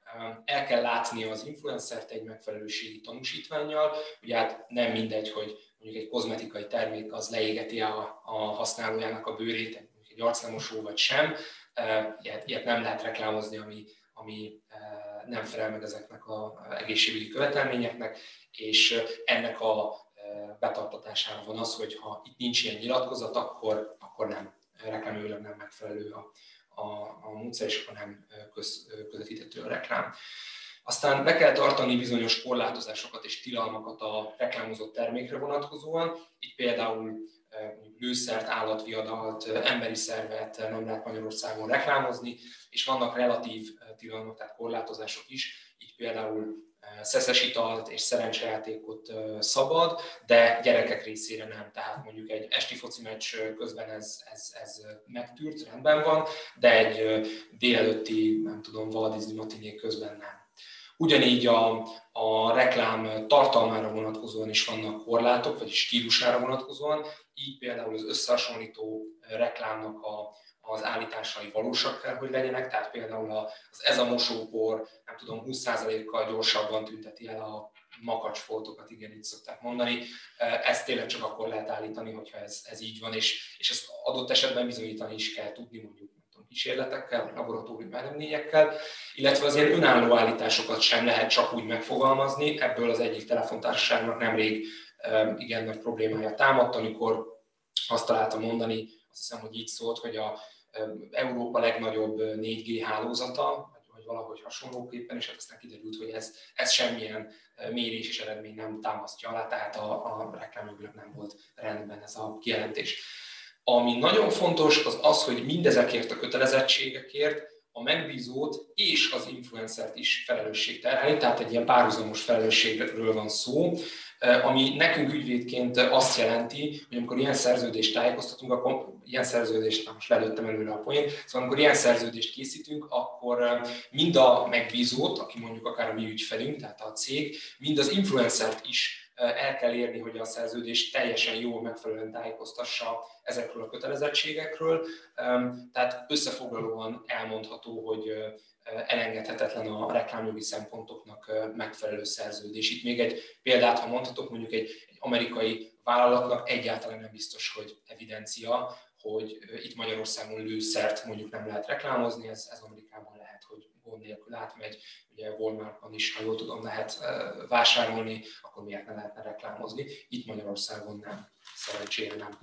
el kell látnia az influencert egy megfelelőségi tanúsítvánnyal. Ugye hát nem mindegy, hogy mondjuk egy kozmetikai termék az leégeti a, a használójának a bőrét, egy arclemosó vagy sem. Ilyet, ilyet nem lehet reklámozni, ami, ami nem felel meg ezeknek az egészségügyi követelményeknek, és ennek a betartatására van az, hogy ha itt nincs ilyen nyilatkozat, akkor, akkor nem, reklámjogilag nem megfelelő a, a, a módszer, és akkor nem köz, közvetíthető a reklám. Aztán be kell tartani bizonyos korlátozásokat és tilalmakat a reklámozott termékre vonatkozóan. Itt például lőszert, állatviadalt, emberi szervet nem lehet Magyarországon reklámozni, és vannak relatív tilalmak, tehát korlátozások is. Így például szeszes italt és szerencsejátékot szabad, de gyerekek részére nem. Tehát mondjuk egy esti foci meccs közben ez, ez, ez megtűrt, rendben van, de egy délelőtti, nem tudom, Walt Disney matiné közben nem. Ugyanígy a, a reklám tartalmára vonatkozóan is vannak korlátok, vagy stílusára vonatkozóan, így például az összehasonlító reklámnak a, az állításai valósak kell, hogy legyenek, tehát például az ez a mosópor, nem tudom, húsz százalékkal gyorsabban tünteti el a makacsfoltokat, igen, így szokták mondani. Ezt tényleg csak akkor lehet állítani, hogyha ez, ez így van, és, és ezt adott esetben bizonyítani is kell tudni, mondjuk kísérletekkel, laboratóriumi eredményekkel, illetve az ilyen önálló állításokat sem lehet csak úgy megfogalmazni. Ebből az egyik telefontársaságnak nemrég igen nagy problémája támadt, amikor azt találta mondani, azt hiszem, hogy így szólt, hogy a Európa legnagyobb négy G hálózata, vagy valahogy hasonlóképpen, és hát aztán kiderült, hogy ez, ez semmilyen mérés és eredmény nem támasztja alá, tehát a, a reklámjogilag nem volt rendben ez a kijelentés. Ami nagyon fontos, az az, hogy mindezekért a kötelezettségekért a megbízót és az influencert is felelősség terheli, tehát egy ilyen párhuzamos felelősségről van szó, ami nekünk ügyvédként azt jelenti, hogy amikor ilyen szerződést tájékoztatunk, akkor ilyen szerződést, most lelőttem előre a poént, szóval amikor ilyen szerződést készítünk, akkor mind a megbízót, aki mondjuk akár a mi ügyfelünk, tehát a cég, mind az influencert is el kell érni, hogy a szerződés teljesen jól, megfelelően tájékoztassa ezekről a kötelezettségekről. Tehát összefoglalóan elmondható, hogy elengedhetetlen a reklámjogi szempontoknak megfelelő szerződés. Itt még egy példát, ha mondhatok, mondjuk egy, egy amerikai vállalatnak egyáltalán nem biztos, hogy evidencia, hogy itt Magyarországon lőszert mondjuk nem lehet reklámozni, ez, ez Amerikában lehet, hogy gond nélkül átmegy. Ugye Walmartban is, ha jól tudom, lehet vásárolni, akkor miért ne lehetne reklámozni. Itt Magyarországon nem, szerencsére nem.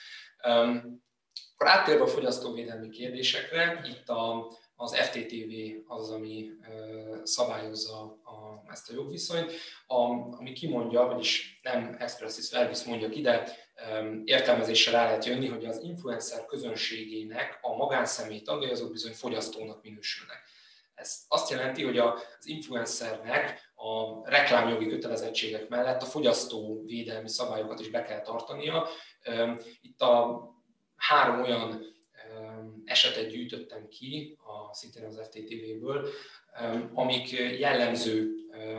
Um, akkor áttérve a fogyasztóvédelmi kérdésekre, itt a, az F T T V az, ami uh, szabályozza a, ezt a jogviszonyt, a, ami kimondja, vagyis nem expressis verbis mondja ki, de um, értelmezéssel rá lehet jönni, hogy az influencer közönségének a magánszemély tagjai azok bizony fogyasztónak minősülnek. Ez azt jelenti, hogy az influencernek a reklámjogi kötelezettségek mellett a fogyasztóvédelmi szabályokat is be kell tartania. Itt a három olyan esetet gyűjtöttem ki, a, szintén az F T T V-ből, amik jellemző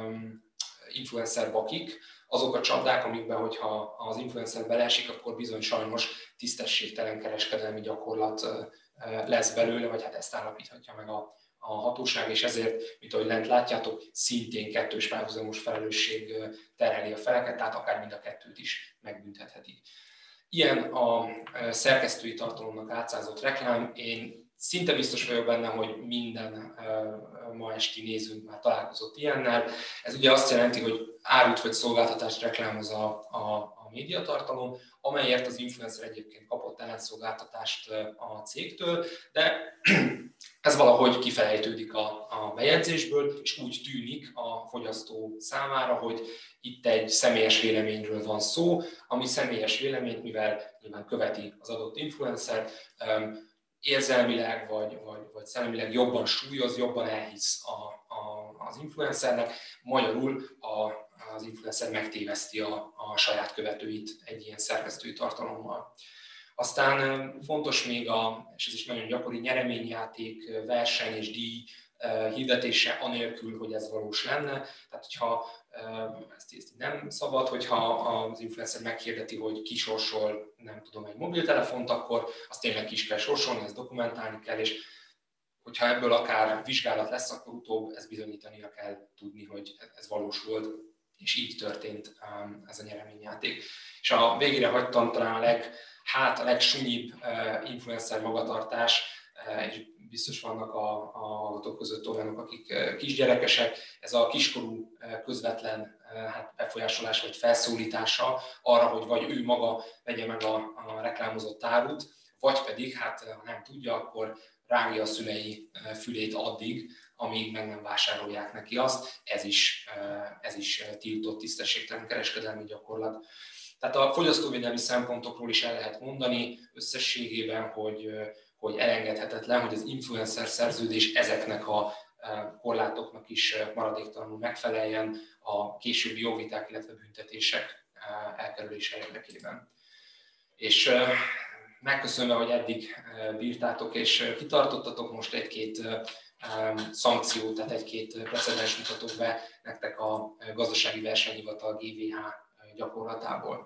influencer bakik, azok a csapdák, amikben, hogyha az influencer beleesik, akkor bizony sajnos tisztességtelen kereskedelmi gyakorlat lesz belőle, vagy hát ezt állapíthatja meg a, a hatóság, és ezért, mint ahogy lent látjátok, szintén kettős párhuzamos felelősség terheli a feleket, tehát akár mind a kettőt is megbüntethetik. Ilyen a szerkesztői tartalomnak átszázott reklám. Én szinte biztos vagyok benne, hogy minden ma esti nézőnk már találkozott ilyennel. Ez ugye azt jelenti, hogy árut vagy szolgáltatást reklámoz a, a, a médiatartalom, amelyért az influencer egyébként kapott ellenszolgáltatást a cégtől, de ez valahogy kifelejtődik a, a bejegyzésből, és úgy tűnik a fogyasztó számára, hogy itt egy személyes véleményről van szó, ami személyes véleményt, mivel nyilván követi az adott influencer, érzelmileg vagy, vagy, vagy szellemileg jobban súlyoz, jobban elhisz a, a, az influencernek, magyarul a, az influencer megtéveszti a, a saját követőit egy ilyen szerkesztői tartalommal. Aztán fontos még, a, és ez is nagyon gyakori, nyereményjáték, verseny és díj hirdetése anélkül, hogy ez valós lenne. Tehát, hogyha ezt, ezt nem szabad, hogyha az influencer meghirdeti, hogy kisorsol, nem tudom, egy mobiltelefont, akkor azt tényleg ki is kell sorsolni, ezt dokumentálni kell, és hogyha ebből akár vizsgálat lesz, akkor utóbb ezt bizonyítania kell tudni, hogy ez valós volt, és így történt ez a nyereményjáték. És a végére hagytam talán a leg, hát a legsunyibb influencer magatartás, és biztos vannak a hallgatók között olyanok, akik kisgyerekesek, ez a kiskorú közvetlen hát befolyásolás vagy felszólítása arra, hogy vagy ő maga vegye meg a, a reklámozott árut, vagy pedig, hát ha nem tudja, akkor rágja a szülei fülét addig, amíg meg nem vásárolják neki azt. Ez is, ez is tiltott tisztességtelen kereskedelmi gyakorlat. Tehát a fogyasztóvédelmi szempontokról is el lehet mondani összességében, hogy, hogy elengedhetetlen, hogy az influencer szerződés ezeknek a korlátoknak is maradéktalanul megfeleljen a későbbi jogviták, illetve büntetések elkerülése érdekében. És megköszönve, hogy eddig bírtátok és kitartottatok, most egy-két szankciót, tehát egy-két precedens mutatok be nektek a Gazdasági Versenyhivatal gé vé há gyakorlatából.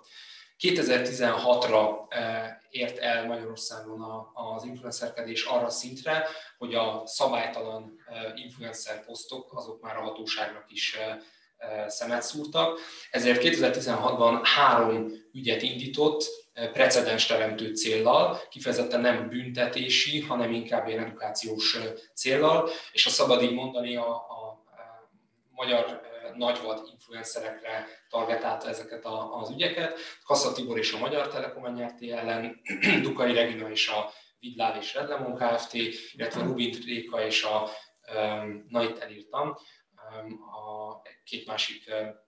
kétezer-tizenhatra ért el Magyarországon az influencerkedés arra szintre, hogy a szabálytalan influencer posztok azok már a hatóságnak is szemet szúrtak. Ezért kétezer-tizenhatban három ügyet indított precedens teremtő céllal, kifejezetten nem büntetési, hanem inkább ilyen edukációs céllal, és ha szabad így mondani, a, a magyar nagyvad influencerekre targetálta ezeket az ügyeket. Kassa Tibor és a Magyar Telekom nyerté ellen, Dukai Regina és a Vidláv és Redlemon Kft., illetve Rubin Réka és a, na itt elírtam, a két másik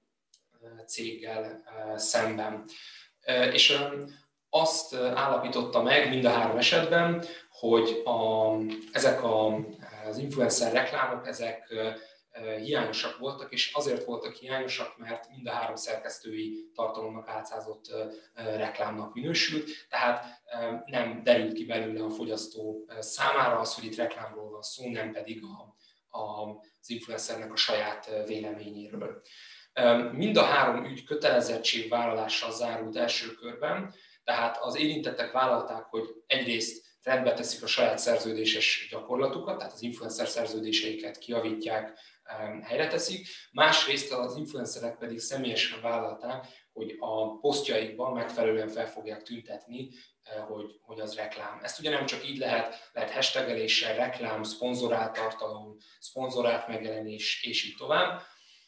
céggel szemben. És azt állapította meg mind a három esetben, hogy a, ezek a, az influencer reklámok, ezek hiányosak voltak, és azért voltak hiányosak, mert mind a három szerkesztői tartalomnak átszázott reklámnak minősült, tehát nem derült ki belőle a fogyasztó számára az, hogy itt reklámról van szó, nem pedig a, a, az influencernek a saját véleményéről. Mind a három ügy kötelezettségvállalással zárult első körben, tehát az érintettek vállalták, hogy egyrészt rendbe teszik a saját szerződéses gyakorlatukat, tehát az influencer szerződéseiket kijavítják, helyre teszik, másrészt az influencerek pedig személyesen vállalták, hogy a posztjaikban megfelelően fel fogják tüntetni, hogy, hogy az reklám. Ezt ugye nem csak így lehet, lehet hashtageléssel, reklám, szponzorált tartalom, szponzorált megjelenés, és így tovább.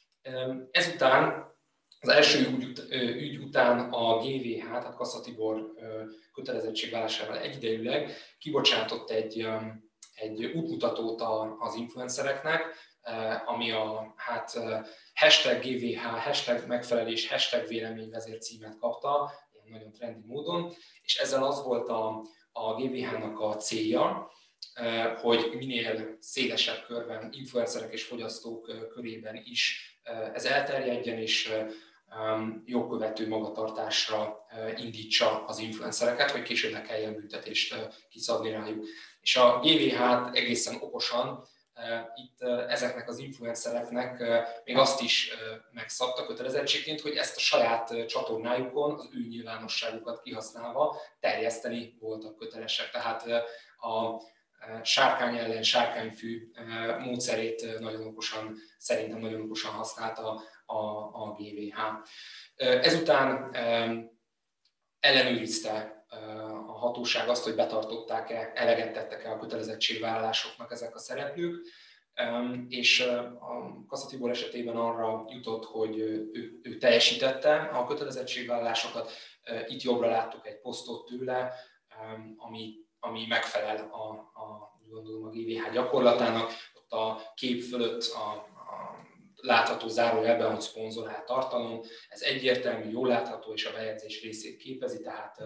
Ezután, az első ügy, ügy után a gé vé há, tehát Kassa Tibor kötelezettségvállásával egyidejűleg kibocsátott egy, egy útmutatót az influencereknek, ami a hát, hashtag gé vé há, hashtag megfelelés, hashtag véleményvezér címet kapta, ilyen nagyon trendi módon, és ezzel az volt a, a gé vé há-nak a célja, hogy minél szélesebb körben, influencerek és fogyasztók körében is ez elterjedjen, és jogkövető magatartásra indítsa az influencereket, hogy később ne kelljen büntetést kiszabni rájuk. És a gé vé há egészen okosan itt ezeknek az influencereknek még azt is megszabta kötelezettségként, hogy ezt a saját csatornájukon, az ő nyilvánosságukat kihasználva terjeszteni voltak kötelesek. Tehát a sárkány ellen sárkányfű módszerét nagyon okosan, szerintem nagyon okosan használta a, a gé vé há. Ezután ellenőrizte a hatóság azt, hogy betartották-e, eleget tettek-e a kötelezettségvállalásoknak ezek a szereplők, és a Kassa Tibor esetében arra jutott, hogy ő, ő teljesítette a kötelezettségvállalásokat. Itt jobbra láttuk egy posztot tőle, ami, ami megfelel a, a, gondolom, a gé vé há gyakorlatának. Ott a kép fölött a, a látható zárójelben, hogy szponzorált tartalom. Ez egyértelmű, jól látható, és a bejegyzés részét képezi, tehát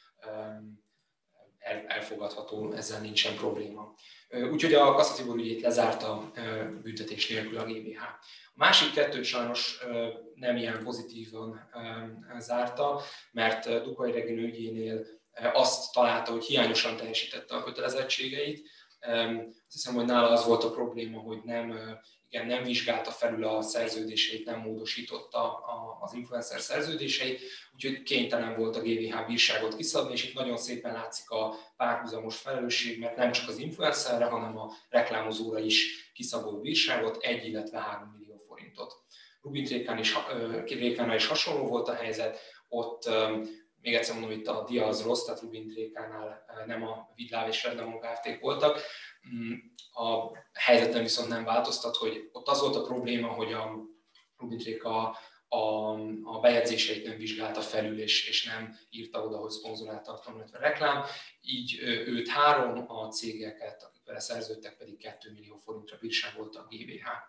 elfogadható, ezzel nincsen probléma. Úgyhogy a Kassa Tibor ügyét lezárta büntetés nélkül a gé vé há. A másik kettőt sajnos nem ilyen pozitívan zárta, mert Dukai Regina ügyénél azt találta, hogy hiányosan teljesítette a kötelezettségeit. Azt hiszem, hogy nála az volt a probléma, hogy nem, igen, nem vizsgálta felül a szerződéseit, nem módosította az influencer szerződéseit, úgyhogy kénytelen volt a gé vé há bírságot kiszabni, és itt nagyon szépen látszik a párhuzamos felelősség, mert nem csak az influencerre, hanem a reklámozóra is kiszabott bírságot, egy, illetve három millió forintot. Rubint Rékán is, Rékánál is hasonló volt a helyzet, ott még egyszer mondom, itt a dia az rossz, tehát Rubint Rékánál nem a Vidláv és Redlemon Kft. Voltak. A helyzeten viszont nem változtat, hogy ott az volt a probléma, hogy a Rubint Réka a, a bejegyzéseit nem vizsgálta felül, és, és nem írta oda, hogy szponzorált tartalom, illetve reklám. Így őt három, a cégeket, akik vele szerződtek, pedig két millió forintra bírságolta a gé vé há.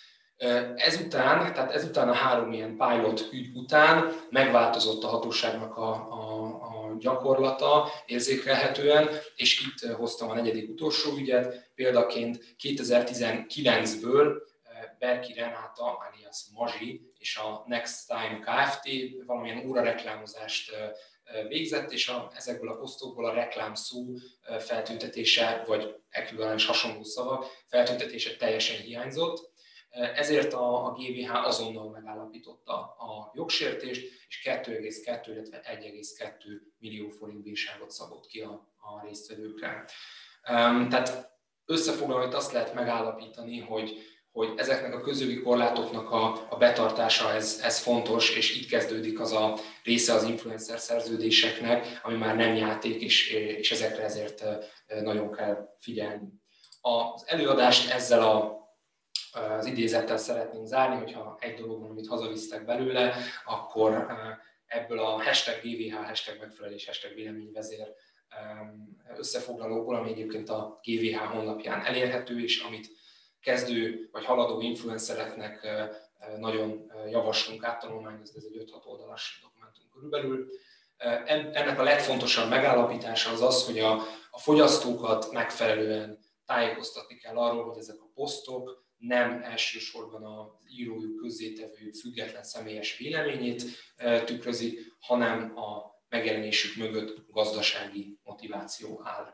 Ezután, tehát ezután a három ilyen pilot ügy után megváltozott a hatóságnak a, a, a gyakorlata érzékelhetően, és itt hoztam a negyedik utolsó ügyet. Példaként kétezer-tizenkilencből Berki Renáta, alias Mazsi, és a Next Time Kft. Valamilyen órareklámozást végzett, és a, ezekből a posztokból a reklámszó feltüntetése, vagy ekvivalens hasonló szavak feltüntetése teljesen hiányzott. Ezért a, a gé vé há azonnal megállapította a jogsértést, és két egész kettő, illetve egy egész kettő millió forint bírságot szabott ki a, a résztvevőkre. Um, tehát összefoglalva itt azt lehet megállapítani, hogy, hogy ezeknek a közjogi korlátoknak a, a betartása ez, ez fontos, és itt kezdődik az a része az influencer szerződéseknek, ami már nem játék, és, és ezekre ezért nagyon kell figyelni. Az előadást ezzel a az idézettel szeretnénk zárni, hogyha egy dolog van, amit hazavisztek belőle, akkor ebből a hashtag gé vé há, hashtag megfelelés, hashtag véleményvezér összefoglalóból, ami egyébként a gé vé há honlapján elérhető, és amit kezdő vagy haladó influencereknek nagyon javaslunk áttanulmányozni, ez egy öt-hat oldalas dokumentum körülbelül. Ennek a legfontosabb megállapítása az az, hogy a, a fogyasztókat megfelelően tájékoztatni kell arról, hogy ezek a posztok nem elsősorban az írójuk, közzétevőjük független személyes véleményét tükrözik, hanem a megjelenésük mögött gazdasági motiváció áll.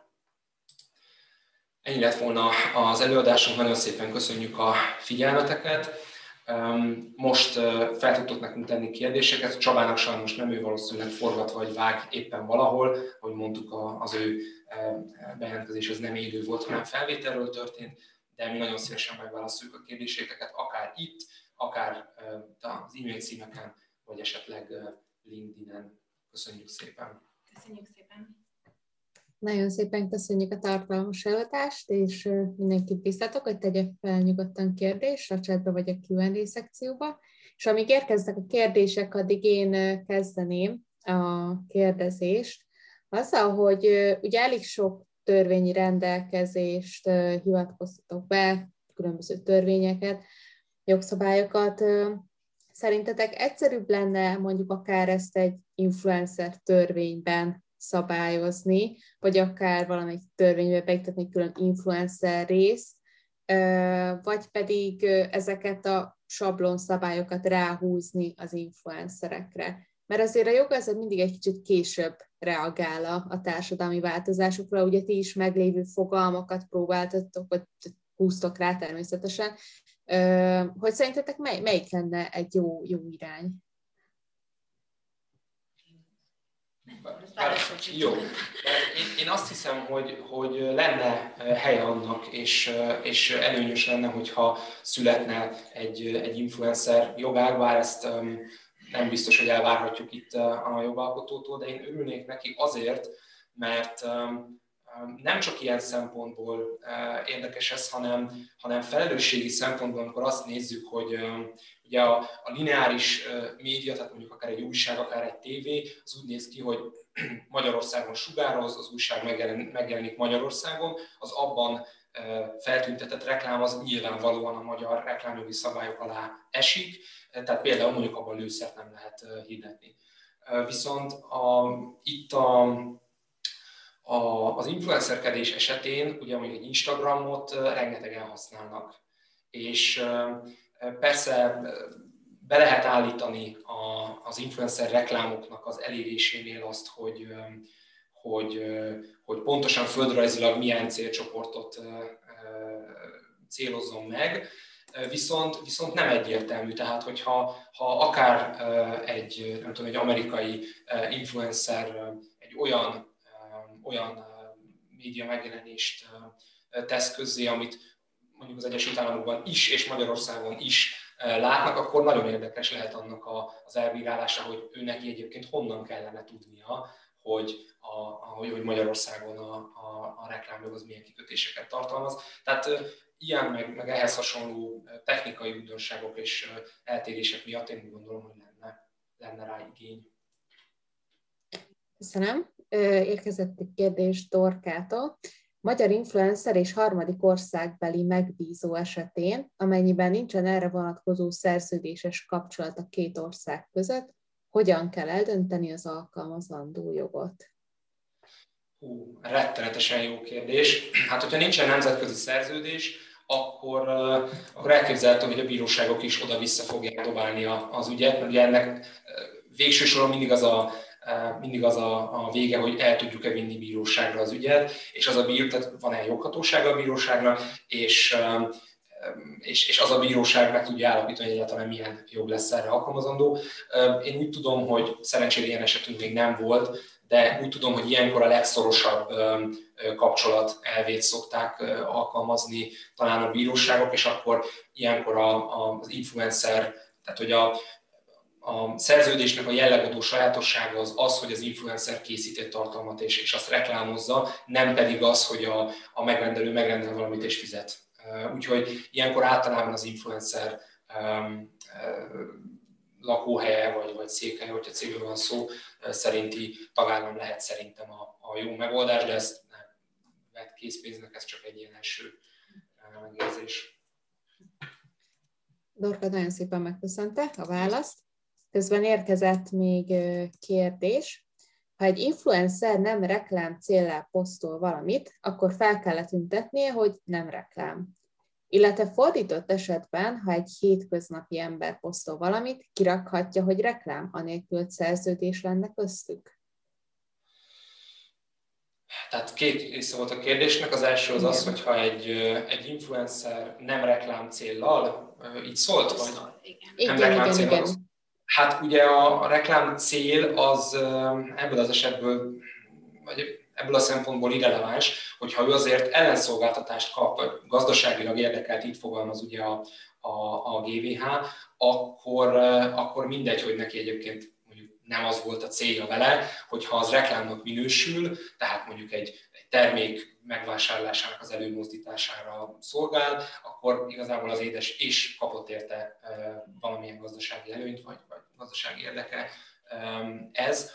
Ennyi lett volna az előadásunk, nagyon szépen köszönjük a figyelmeteket. Most fel tudtok nekünk tenni kérdéseket, Csabának sajnos nem, ő valószínűleg forgat vagy vág éppen valahol, ahogy mondtuk, az ő bejelentkezés az nem élő volt, hanem felvételről történt, de mi nagyon szívesen megválaszoljuk a kérdéséteket, akár itt, akár az e-mail címeken, vagy esetleg LinkedIn-en. Köszönjük szépen! Köszönjük szépen! Nagyon szépen köszönjük a tartalmas előadást, és mindenkit biztatok, hogy tegye fel nyugodtan kérdést a chatbe vagy a Q and A szekcióba. És amíg érkeznek a kérdések, addig én kezdeném a kérdezést azzal, hogy ugye elég sok törvényi rendelkezést hivatkoztatok be, különböző törvényeket, jogszabályokat. Szerintetek egyszerűbb lenne mondjuk akár ezt egy influencer törvényben szabályozni, vagy akár valamelyik törvénybe beiktatni külön influencer részt, vagy pedig ezeket a sablon szabályokat ráhúzni az influencerekre. Mert azért a jog azért mindig egy kicsit később reagál a, a társadalmi változásokra, ugye ti is meglévő fogalmakat próbáltatok, vagy húztok rá természetesen, hogy szerintetek mely, melyik lenne egy jó, jó irány? Jó. Én, én azt hiszem, hogy, hogy lenne helye annak, és, és előnyös lenne, hogyha születne egy, egy influencer jogág, bár ezt nem biztos, hogy elvárhatjuk itt a jogalkotótól, de én örülnék neki azért, mert nem csak ilyen szempontból érdekes ez, hanem, hanem felelősségi szempontból, amikor azt nézzük, hogy ugye a, a lineáris média, tehát mondjuk akár egy újság, akár egy tévé, az úgy néz ki, hogy Magyarországon sugároz, az újság megjelenik, megjelenik Magyarországon, az abban feltüntetett reklám az nyilvánvalóan a magyar reklámjogi szabályok alá esik, tehát például mondjuk abban lőszert nem lehet hirdetni. Viszont a, itt a, a, az influencerkedés esetén ugye mondjuk egy Instagramot rengetegen használnak, és persze be lehet állítani az influencer reklámoknak az elérésénél azt, hogy, hogy, hogy pontosan földrajzilag milyen célcsoportot célozzon meg, viszont, viszont nem egyértelmű. Tehát, hogyha ha akár egy, nem tudom, egy amerikai influencer egy olyan, olyan média megjelenést tesz közzé, amit mondjuk az Egyesült Államokban is és Magyarországon is látnak, akkor nagyon érdekes lehet annak az elbírálása, hogy ő neki egyébként honnan kellene tudnia, hogy, a, hogy Magyarországon a, a, a reklámjog az milyen kikötéseket tartalmaz. Tehát ilyen meg, meg ehhez hasonló technikai újdonságok és eltérések miatt én úgy gondolom, hogy lenne, lenne rá igény. Köszönöm. Érkezett egy kérdés Dorkától. Magyar influencer és harmadik országbeli megbízó esetén, amennyiben nincsen erre vonatkozó szerződéses kapcsolat a két ország között, hogyan kell eldönteni az alkalmazandó jogot? Hú, rettenetesen jó kérdés. Hát, hogyha nincsen nemzetközi szerződés, akkor, akkor elképzelhető, hogy a bíróságok is oda-vissza fogják dobálni az ügyet, mert ugye ennek végső soron mindig az a mindig az a, a vége, hogy el tudjuk-e vinni bíróságra az ügyet, és az a bíró, tehát van-e joghatósága a bíróságnak, és, és, és az a bíróság meg tudja állapítani, hogy egyáltalán milyen jog lesz erre alkalmazandó. Én úgy tudom, hogy szerencsére ilyen esetünk még nem volt, de úgy tudom, hogy ilyenkor a legszorosabb kapcsolat elvét szokták alkalmazni talán a bíróságok, és akkor ilyenkor a, a, az influencer, tehát hogy a A szerződésnek a jellegadó sajátossága az az, hogy az influencer készített tartalmat és, és azt reklámozza, nem pedig az, hogy a, a megrendelő megrendel valamit és fizet. Úgyhogy ilyenkor általában az influencer um, um, lakóhelye vagy, vagy székhelye, hogyha cégről van szó, szerinti tagállam lehet szerintem a, a jó megoldás, de ezt nem vett készpénznek, ez csak egy ilyen első megérzés. Dorka nagyon szépen megköszönte a választ. Közben érkezett még kérdés. Ha egy influencer nem reklám céllal posztol valamit, akkor fel kellett tüntetnie, hogy nem reklám. Illetve fordított esetben, ha egy hétköznapi ember posztol valamit, kirakhatja, hogy reklám, anélkül, hogy szerződés lenne köztük? Tehát két része volt a kérdésnek. Az első az az, hogy ha egy, egy influencer nem reklám céllal, így szólt, vagy igen, nem reklám igen, céllal, igen. Az, hát ugye a reklám cél az ebből az esetből, vagy ebből a szempontból irreleváns, hogyha ő azért ellenszolgáltatást kap, vagy gazdaságilag érdekelt, itt fogalmaz ugye a, a, a gé vé há, akkor, akkor mindegy, hogy neki egyébként mondjuk nem az volt a célja vele, hogyha az reklámnak minősül, tehát mondjuk egy, egy termék megvásárlásának az előmozdítására szolgál, akkor igazából az édes is kapott érte valamilyen gazdasági előnyt, vagy, vagy gazdasági érdeke ez.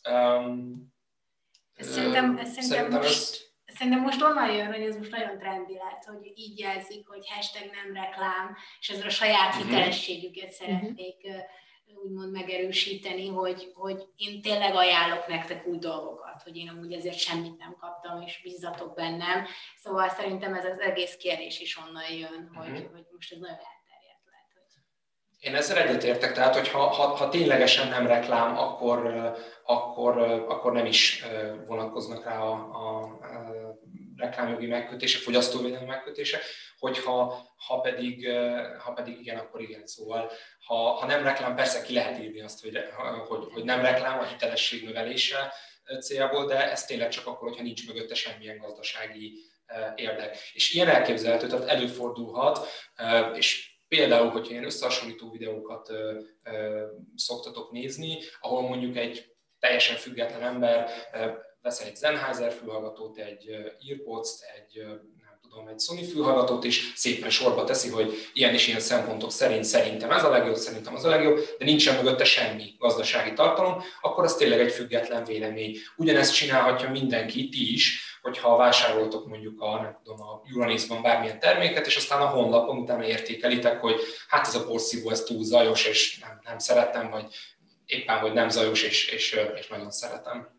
Szerintem, ez szerintem, most, szerintem most onnan jön, hogy ez most nagyon trendi lett, hogy így jelzik, hogy hashtag nem reklám, és ezzel a saját hitelességüket szeretnék úgymond megerősíteni, hogy, hogy én tényleg ajánlok nektek új dolgokat, hogy én amúgy ezért semmit nem kaptam, és bízzatok bennem. Szóval szerintem ez az egész kérdés is onnan jön, hogy, hogy most ez nagyon elterjedt lett. Hogy... Én ezzel egyetértek, tehát hogy ha, ha, ha ténylegesen nem reklám, akkor, akkor, akkor nem is vonatkoznak rá a, a, a reklámjogi megkötések, fogyasztóvédelmi megkötések, hogyha ha pedig, ha pedig igen, akkor igen. Szóval ha, ha nem reklám, persze ki lehet írni azt, hogy, hogy, hogy nem reklám a hitelesség növelése céljából, de ez tényleg csak akkor, hogyha nincs mögötte semmilyen gazdasági érdek. És ilyen elképzelhető, tehát előfordulhat, és például, hogyha ilyen összehasonlító videókat ö, ö, szoktatok nézni, ahol mondjuk egy teljesen független ember ö, vesz egy Sennheiser fülhallgatót, egy Earpods-t, egy, nem tudom, egy Sony fülhallgatót, és szépen sorba teszi, hogy ilyen és ilyen szempontok szerint szerintem ez a legjobb, szerintem az a legjobb, de nincsen mögötte semmi gazdasági tartalom, akkor az tényleg egy független vélemény. Ugyanezt csinálhatja mindenki, ti is, hogyha vásároltok mondjuk a, nem tudom, a Uranixban bármilyen terméket, és aztán a honlapon utána értékelitek, hogy hát ez a porszívó, ez túl zajos, és nem, nem szeretem, vagy éppen, hogy nem zajos, és, és, és nagyon szeretem.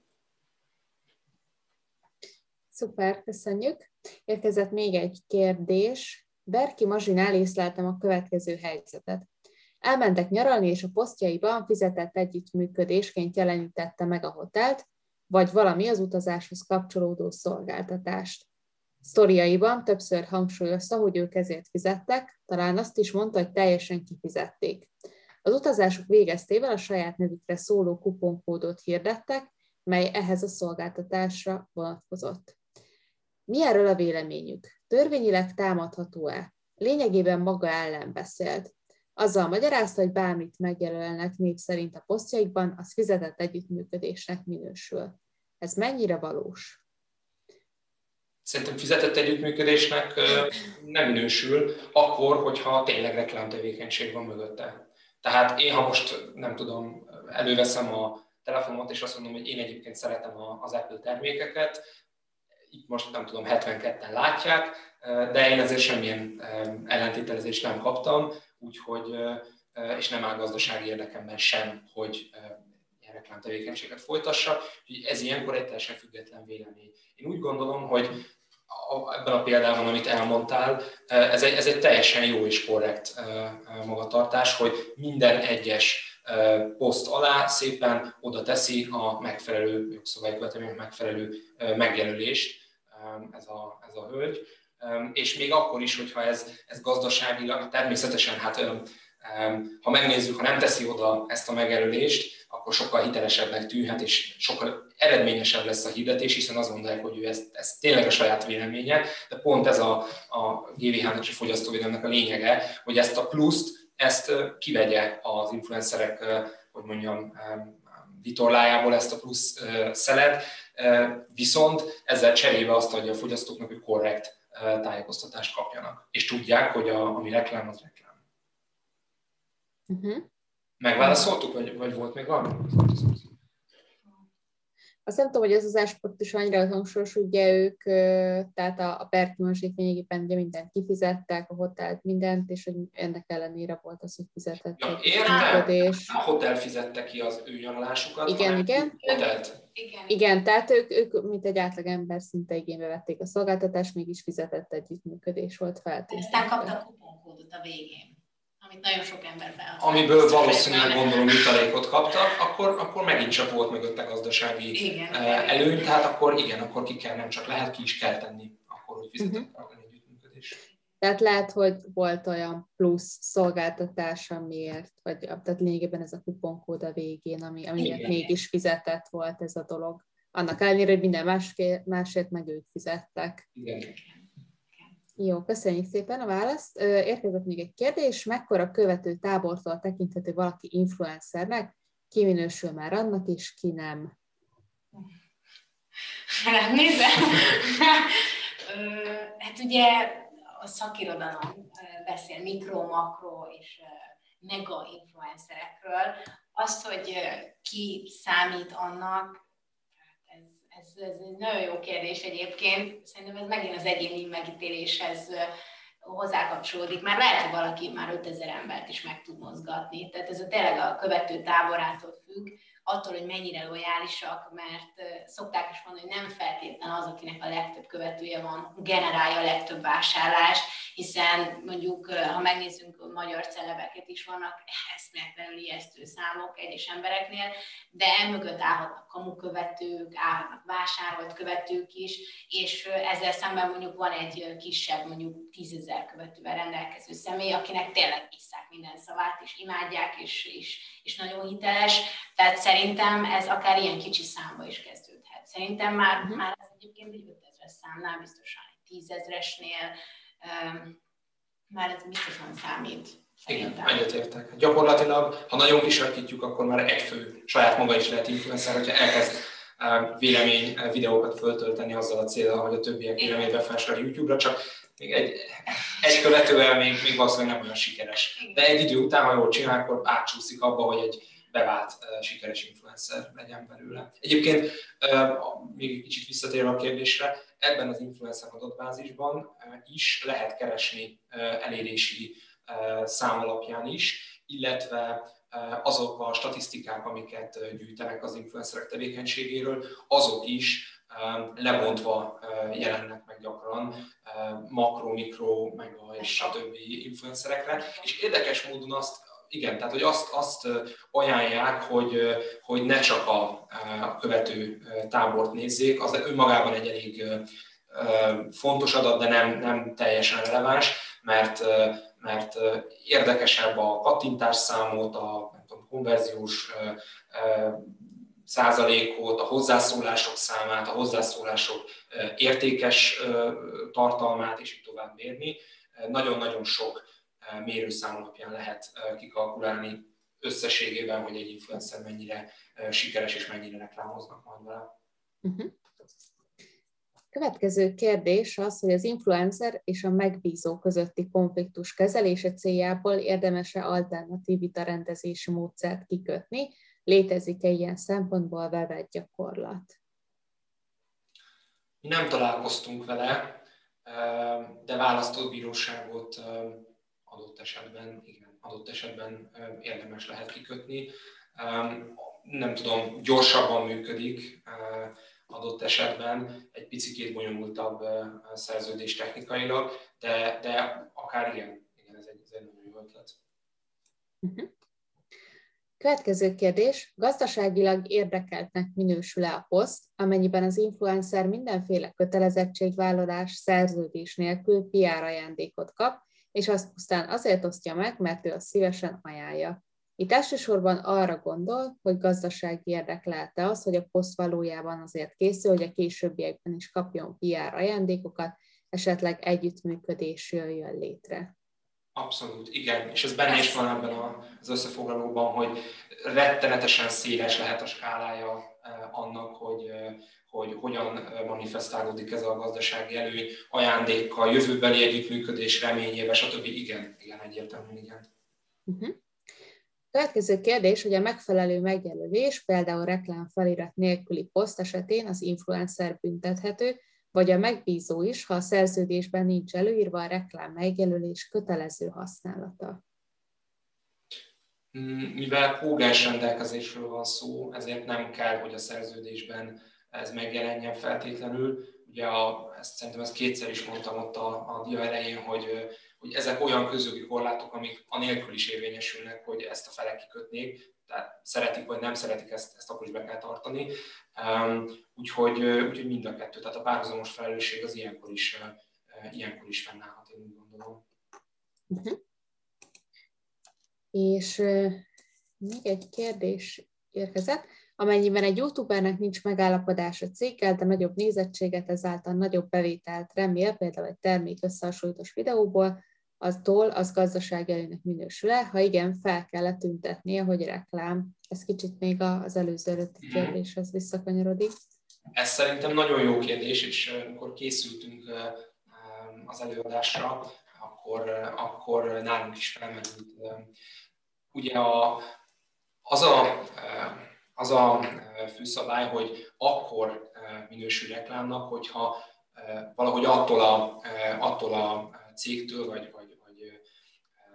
Szuper, köszönjük. Érkezett még egy kérdés. Berki Mazsinál észleltem a következő helyzetet. Elmentek nyaralni, és a posztjaiban fizetett együttműködésként jelenítette meg a hotelt, vagy valami az utazáshoz kapcsolódó szolgáltatást. Sztoriaiban többször hangsúlyozta, hogy ők ezért fizettek, talán azt is mondta, hogy teljesen kifizették. Az utazások végeztével a saját nevükre szóló kuponkódot hirdettek, mely ehhez a szolgáltatásra vonatkozott. Mi erről a véleményük? Törvényileg támadható-e? Lényegében maga ellen beszélt. Azzal magyarázta, hogy bármit megjelölnek név szerint a posztjaikban, az fizetett együttműködésnek minősül. Ez mennyire valós? Szerintem fizetett együttműködésnek nem minősül, akkor, hogyha tényleg reklámtevékenység van mögötte. Tehát én, ha most nem tudom, előveszem a telefonomat, és azt mondom, hogy én egyébként szeretem az Apple termékeket, itt most nem tudom, hetvenketten látják, de én ezért semmilyen ellentételezést nem kaptam, úgyhogy, és nem áll gazdasági érdekemben sem, hogy ilyen reklámtevékenységet folytassak, úgyhogy ez ilyenkor egy teljesen független vélemény. Én úgy gondolom, hogy ebben a példában, amit elmondtál, ez egy, ez egy teljesen jó és korrekt magatartás, hogy minden egyes poszt alá szépen oda teszi a megfelelő jogszabálykövetelmények megfelelő megjelölést ez a, ez a hölgy. És még akkor is, hogyha ez, ez gazdaságilag, természetesen, hát ha megnézzük, ha nem teszi oda ezt a megjelölést, akkor sokkal hitelesebbnek tűnhet, és sokkal eredményesebb lesz a hirdetés, hiszen azt gondolják, hogy ő ez, ez tényleg a saját véleménye, de pont ez a, a gé vé há-nak és a fogyasztóvédelemnek a lényege, hogy ezt a pluszt, ezt kivegye az influencerek, hogy mondjam, vitorlájából ezt a plusz szelet, viszont ezzel cserébe azt adja a fogyasztóknak, hogy korrekt tájékoztatást kapjanak, és tudják, hogy a, ami reklám, az reklám. Uh-huh. Megválaszoltuk, vagy, vagy volt még valami? Azt nem tudom, hogy ez az ásport is annyira hangsúlyos, hogy ugye ők, tehát a, a Berki Mazsik lényegében ugye mindent kifizettek, a hotelt, mindent, és hogy ennek ellenére volt az, hogy fizetett. Ja, értem, a hotel fizette ki az ő nyaralásukat. Igen, igen. Hotelt. Igen. Igen, tehát ők, ők, mint egy átlag ember, szinte igénybe vették a szolgáltatást, mégis fizetett együttműködés volt feltétlenül. Aztán kaptak kuponkódot a végén, amit nagyon sok ember felhasznált. Amiből valószínűleg gondolom jutalékot kaptak, akkor, akkor megint csak volt mögötte gazdasági igen, előny, tehát akkor igen, akkor ki kell, nem csak lehet, ki is kell tenni, akkor, hogy fizetett uh-huh. a együttműködés. Tehát lehet, hogy volt olyan plusz szolgáltatás, amiért, vagy tehát lényegében ez a kuponkód a végén, ami, amiért igen. mégis fizetett volt ez a dolog. Annak ellenére, hogy minden másért, másért meg ők fizettek. Igen. Jó, köszönjük szépen a választ. Érkezett még egy kérdés, mekkora követő tábortól tekinthető valaki influencernek, ki minősül már annak, és ki nem? Hát nézd, hát ugye a szakirodalom beszél mikro, makro és mega influencerekről. Azt, hogy ki számít annak, Ez, ez egy nagyon jó kérdés egyébként. Szerintem ez megint az egyéni megítéléshez hozzákapcsolódik. Már lehet, hogy valaki már ötezer embert is meg tud mozgatni. Tehát ez a tényleg a követő táborától függ. attól, hogy mennyire lojálisak, mert szokták is mondani, hogy nem feltétlen az, akinek a legtöbb követője van, generálja a legtöbb vásárlást, hiszen mondjuk, ha megnézzünk a magyar celebeket is, vannak eszméletlenül ijesztő számok egyes embereknél, de emögött állhatnak kamukövetők, állhatnak vásárolt követők is, és ezzel szemben mondjuk van egy kisebb, mondjuk tízezer követővel rendelkező személy, akinek tényleg isszák minden szavát, és imádják, és, és, és nagyon hiteles. Tehát szerintem ez akár ilyen kicsi számba is kezdődhet. Szerintem már, uh-huh. már ez egyébként egy ötezres számnál, biztosan egy tízezresnél um, már ez biztosan számít. Szerintem. Igen, egyetértek. Gyakorlatilag, ha nagyon kisarkítjuk, akkor már egy fő saját maga is lehet influencer, hogyha elkezd vélemény videókat föltölteni azzal a céllal, hogy a többiek véleményt befelsorolja YouTube-ra, csak még egy, egy követővel még, még valószínűleg nem olyan sikeres. De egy idő után, ha jól csinál, akkor átcsúszik abba, hogy egy bevált uh, sikeres influencer legyen belőle. Egyébként uh, még egy kicsit visszatérve a kérdésre, ebben az influencer adatbázisban uh, is lehet keresni uh, elérési uh, szám alapján is, illetve uh, azok a statisztikák, amiket uh, gyűjtenek az influencerek tevékenységéről, azok is uh, lebontva uh, jelennek meg gyakran uh, makro, mikro, mega és stb. Influencerekre. És érdekes módon azt Igen, tehát hogy azt, azt ajánlják, hogy, hogy ne csak a, a követő tábort nézzék, az önmagában egy elég fontos adat, de nem, nem teljesen releváns, mert, mert érdekesebb a kattintásszámot, a nem tudom, konverziós százalékot, a hozzászólások számát, a hozzászólások értékes tartalmát, és így tovább mérni. Nagyon-nagyon sok mérőszám alapján lehet kikalkulálni összességében, hogy egy influencer mennyire sikeres és mennyire reklámoznak majd vele. Uh-huh. Következő kérdés az, hogy az influencer és a megbízó közötti konfliktus kezelése céljából érdemes-e alternatív vitarendezési módszert kikötni? Létezik-e ilyen szempontból bevett gyakorlat? Mi nem találkoztunk vele, de választóbíróságot adott esetben, igen, adott esetben érdemes lehet kikötni. Nem tudom, gyorsabban működik adott esetben, egy picikét bonyolultabb szerződés technikailag, de, de akár igen, igen ez, egy, ez egy nagyon jó ötlet. Uh-huh. Következő kérdés, gazdaságilag érdekeltnek minősül-e a poszt, amennyiben az influencer mindenféle kötelezettségvállalás, szerződés nélkül pé er ajándékot kap, és azt pusztán azért osztja meg, mert ő azt szívesen ajánlja. Itt elsősorban arra gondol, hogy gazdasági érdek lehet-e az, hogy a poszt valójában azért készül, hogy a későbbiekben is kapjon pé er ajándékokat, esetleg együttműködés jöjjön létre. Abszolút, igen. És ez benne is van ebben az összefoglalóban, hogy rettenetesen széles lehet a skálája annak, hogy, hogy hogyan manifestálódik ez a gazdasági előny, ajándékkal, jövőbeli együttműködés reményével, stb. Igen, igen, egyértelműen igen. Uh-huh. Következő kérdés, hogy a megfelelő megjelölés, például reklámfelirat nélküli poszt esetén az influencer büntethető, vagy a megbízó is, ha a szerződésben nincs előírva a reklám megjelölés kötelező használata. Mivel kódens rendelkezésről van szó, ezért nem kell, hogy a szerződésben ez megjelenjen feltétlenül. Ugye a, ezt, szerintem ezt kétszer is mondtam ott a, a dia elején, hogy, hogy ezek olyan közjogi korlátok, amik anélkül is érvényesülnek, hogy ezt a felek kikötnék, tehát szeretik vagy nem szeretik, ezt, ezt akkor is be kell tartani. Um, úgyhogy, úgyhogy mind a kettő, tehát a párhuzamos felelősség az ilyenkor is, uh, ilyenkor is fennállhat, én úgy gondolom. Uh-huh. És uh, még egy kérdés érkezett. Amennyiben egy youtubernek nincs megállapodás a céggel, de nagyobb nézettséget, ezáltal nagyobb bevételt remél, például egy termék összehasonlítós videóból, aztól az gazdasági előnynek minősül-e? Ha igen, fel kellett tüntetnie, hogy reklám. Ez kicsit még az előző előtti kérdéshez visszakanyarodik. Ez szerintem nagyon jó kérdés, és amikor készültünk az előadásra, akkor, akkor nálunk is felmerült. Ugye a, az, a, az a főszabály, hogy akkor minősül reklámnak, hogyha valahogy attól a, attól a cégtől, vagy, vagy, vagy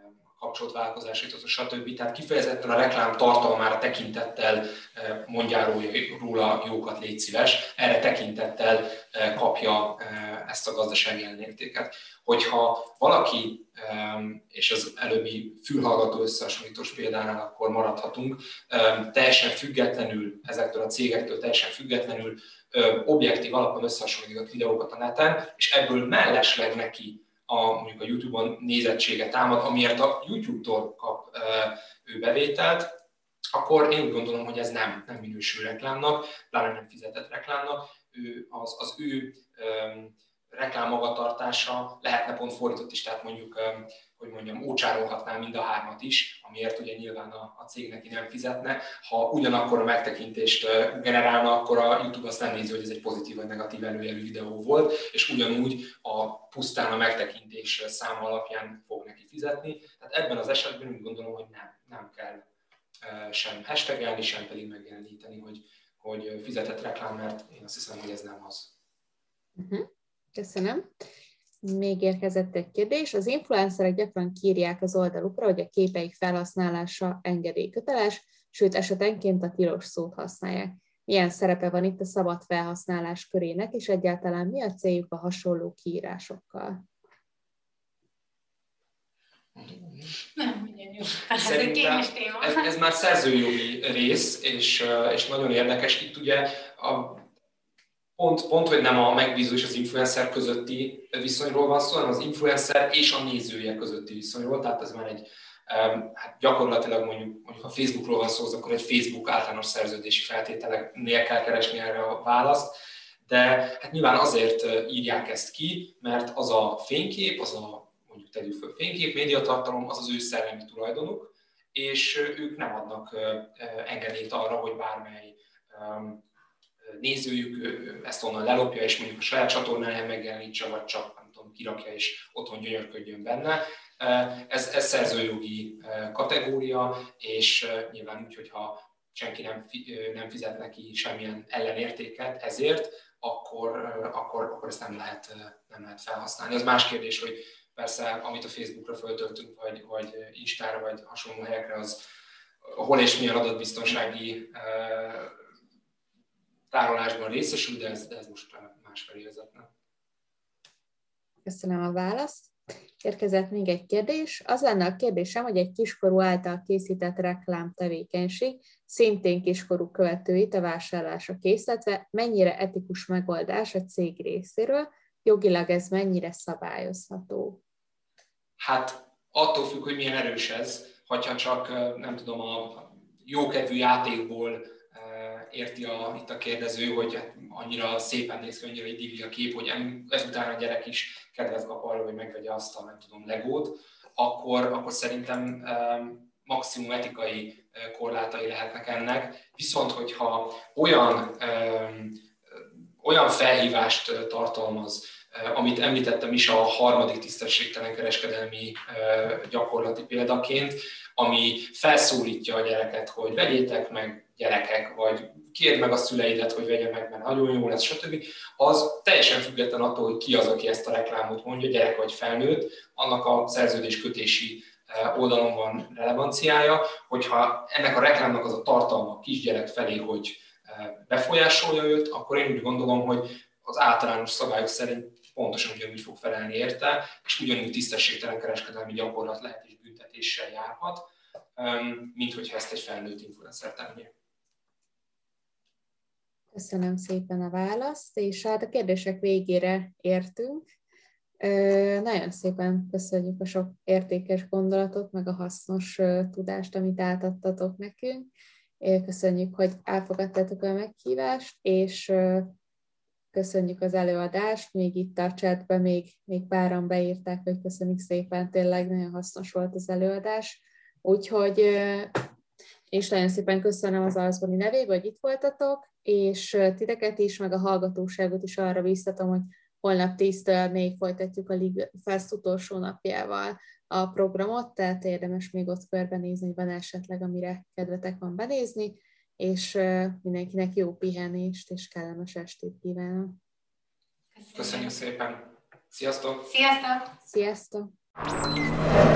kapcsolt vállalkozásait, stb. Tehát kifejezetten a reklám tartalmára tekintettel mondjál róla jókat, légy szíves, erre tekintettel kapja ezt a gazdasági ellenértéket. Hogyha valaki, és az előbbi fülhallgató összehasonlítós példánál akkor maradhatunk, teljesen függetlenül, ezektől a cégektől teljesen függetlenül objektív alapon összehasonlított videókat a neten, és ebből mellesleg neki a, mondjuk a YouTube-on nézettséget támad, amiért a YouTube-tól kap ő bevételt, akkor én úgy gondolom, hogy ez nem, nem minősül reklámnak, pláne nem fizetett reklámnak. Ő, az, az ő um, reklám magatartása lehetne pont fordított is, tehát mondjuk, um, hogy mondjam, ócsárolhatná mind a hármat is, amiért ugye nyilván a, a cég neki nem fizetne. Ha ugyanakkor a megtekintést uh, generálna, akkor a YouTube azt nem nézi, hogy ez egy pozitív vagy negatív előjelű videó volt, és ugyanúgy a pusztán a megtekintés száma alapján fog neki fizetni. Tehát ebben az esetben úgy gondolom, hogy nem, nem kell sem hashtagelni, sem pedig megjeleníteni, hogy, hogy fizetett reklám, mert én azt hiszem, hogy ez nem az. Uh-huh. Köszönöm. Még érkezett egy kérdés. Az influencerek gyakran kírják az oldalukra, hogy a képeik felhasználása engedélyköteles, sőt esetenként a tilos szót használják. Milyen szerepe van itt a szabad felhasználás körének, és egyáltalán mi a céljuk a hasonló kiírásokkal? Nem, jó. Szerintem ez, ez már szerzőjogi rész, és, és nagyon érdekes. Itt ugye a, pont, pont, hogy nem a megbízó és az influencer közötti viszonyról van szó, hanem az influencer és a nézője közötti viszonyról. Tehát ez már egy, hát gyakorlatilag mondjuk, mondjuk ha Facebookról van szó, akkor egy Facebook általános szerződési feltételeknél kell keresni erre a választ. De hát nyilván azért írják ezt ki, mert az a fénykép, az a mondjuk tegyük föl fénykép, médiatartalom, az az ő szellemi tulajdonuk, és ők nem adnak engedélyt arra, hogy bármely nézőjük ezt onnan lelopja, és mondjuk a saját csatornáján megjelenítse, vagy csak nem tudom, kirakja, és otthon gyönyörködjön benne. Ez, ez szerzőjogi kategória, és nyilván úgy, hogyha senki nem, nem fizet neki semmilyen ellenértéket ezért, akkor, akkor, akkor ezt nem lehet, nem lehet felhasználni. Az más kérdés, hogy persze, amit a Facebookra föltöltünk, vagy, vagy Instára, vagy hasonló helyekre, az hol és milyen adatbiztonsági uh, tárolásban részesül, de ez, de ez most másfelé vezetne. Köszönöm a választ. Érkezett még egy kérdés. Az lenne a kérdésem, hogy egy kiskorú által készített reklámtevékenység szintén kiskorú követőit a vásárlásra készletve mennyire etikus megoldás a cég részéről, jogilag ez mennyire szabályozható? Hát attól függ, hogy milyen erős ez, hogyha csak nem tudom, a jókedvű játékból érti a, itt a kérdező, hogy annyira szépen néz ki, annyira idilli a kép, hogy ezután a gyerek is kedvet kap arra, hogy megvegye azt a, nem tudom, Legót, akkor, akkor szerintem maximum etikai korlátai lehetnek ennek. Viszont, hogyha olyan, olyan felhívást tartalmaz, amit említettem is a harmadik tisztességtelen kereskedelmi gyakorlati példaként, ami felszólítja a gyereket, hogy vegyétek meg gyerekek, vagy kérd meg a szüleidet, hogy vegye meg, mert nagyon jó lesz, stb. Az teljesen független attól, hogy ki az, aki ezt a reklámot mondja, gyerek vagy felnőtt, annak a szerződéskötési oldalon van relevanciája, hogyha ennek a reklámnak az a tartalma kisgyerek felé, hogy befolyásolja őt, akkor én úgy gondolom, hogy az általános szabályok szerint pontosan ugyanúgy fog felelni érte, és ugyanúgy tisztességtelen kereskedelmi gyakorlat lehet és büntetéssel járhat, mint hogyha ezt egy felnőtt influencer tenné. Köszönöm szépen a választ, és hát a kérdések végére értünk. Nagyon szépen köszönjük a sok értékes gondolatot, meg a hasznos tudást, amit átadtatok nekünk. Köszönjük, hogy elfogadtátok a meghívást, és köszönjük az előadást. Még itt a chatben még, még páran beírták, hogy köszönjük szépen, tényleg nagyon hasznos volt az előadás. Úgyhogy és nagyon szépen köszönöm az Alszboni nevében, hogy itt voltatok, és titeket is, meg a hallgatóságot is arra biztatom, hogy holnap tíztől még folytatjuk a Legal Fest utolsó napjával a programot, tehát érdemes még ott körbenézni, hogy van esetleg, amire kedvetek van benézni, és mindenkinek jó pihenést és kellemes estét kívánok. Köszönjük szépen! Sziasztok! Sziasztok! Sziasztok!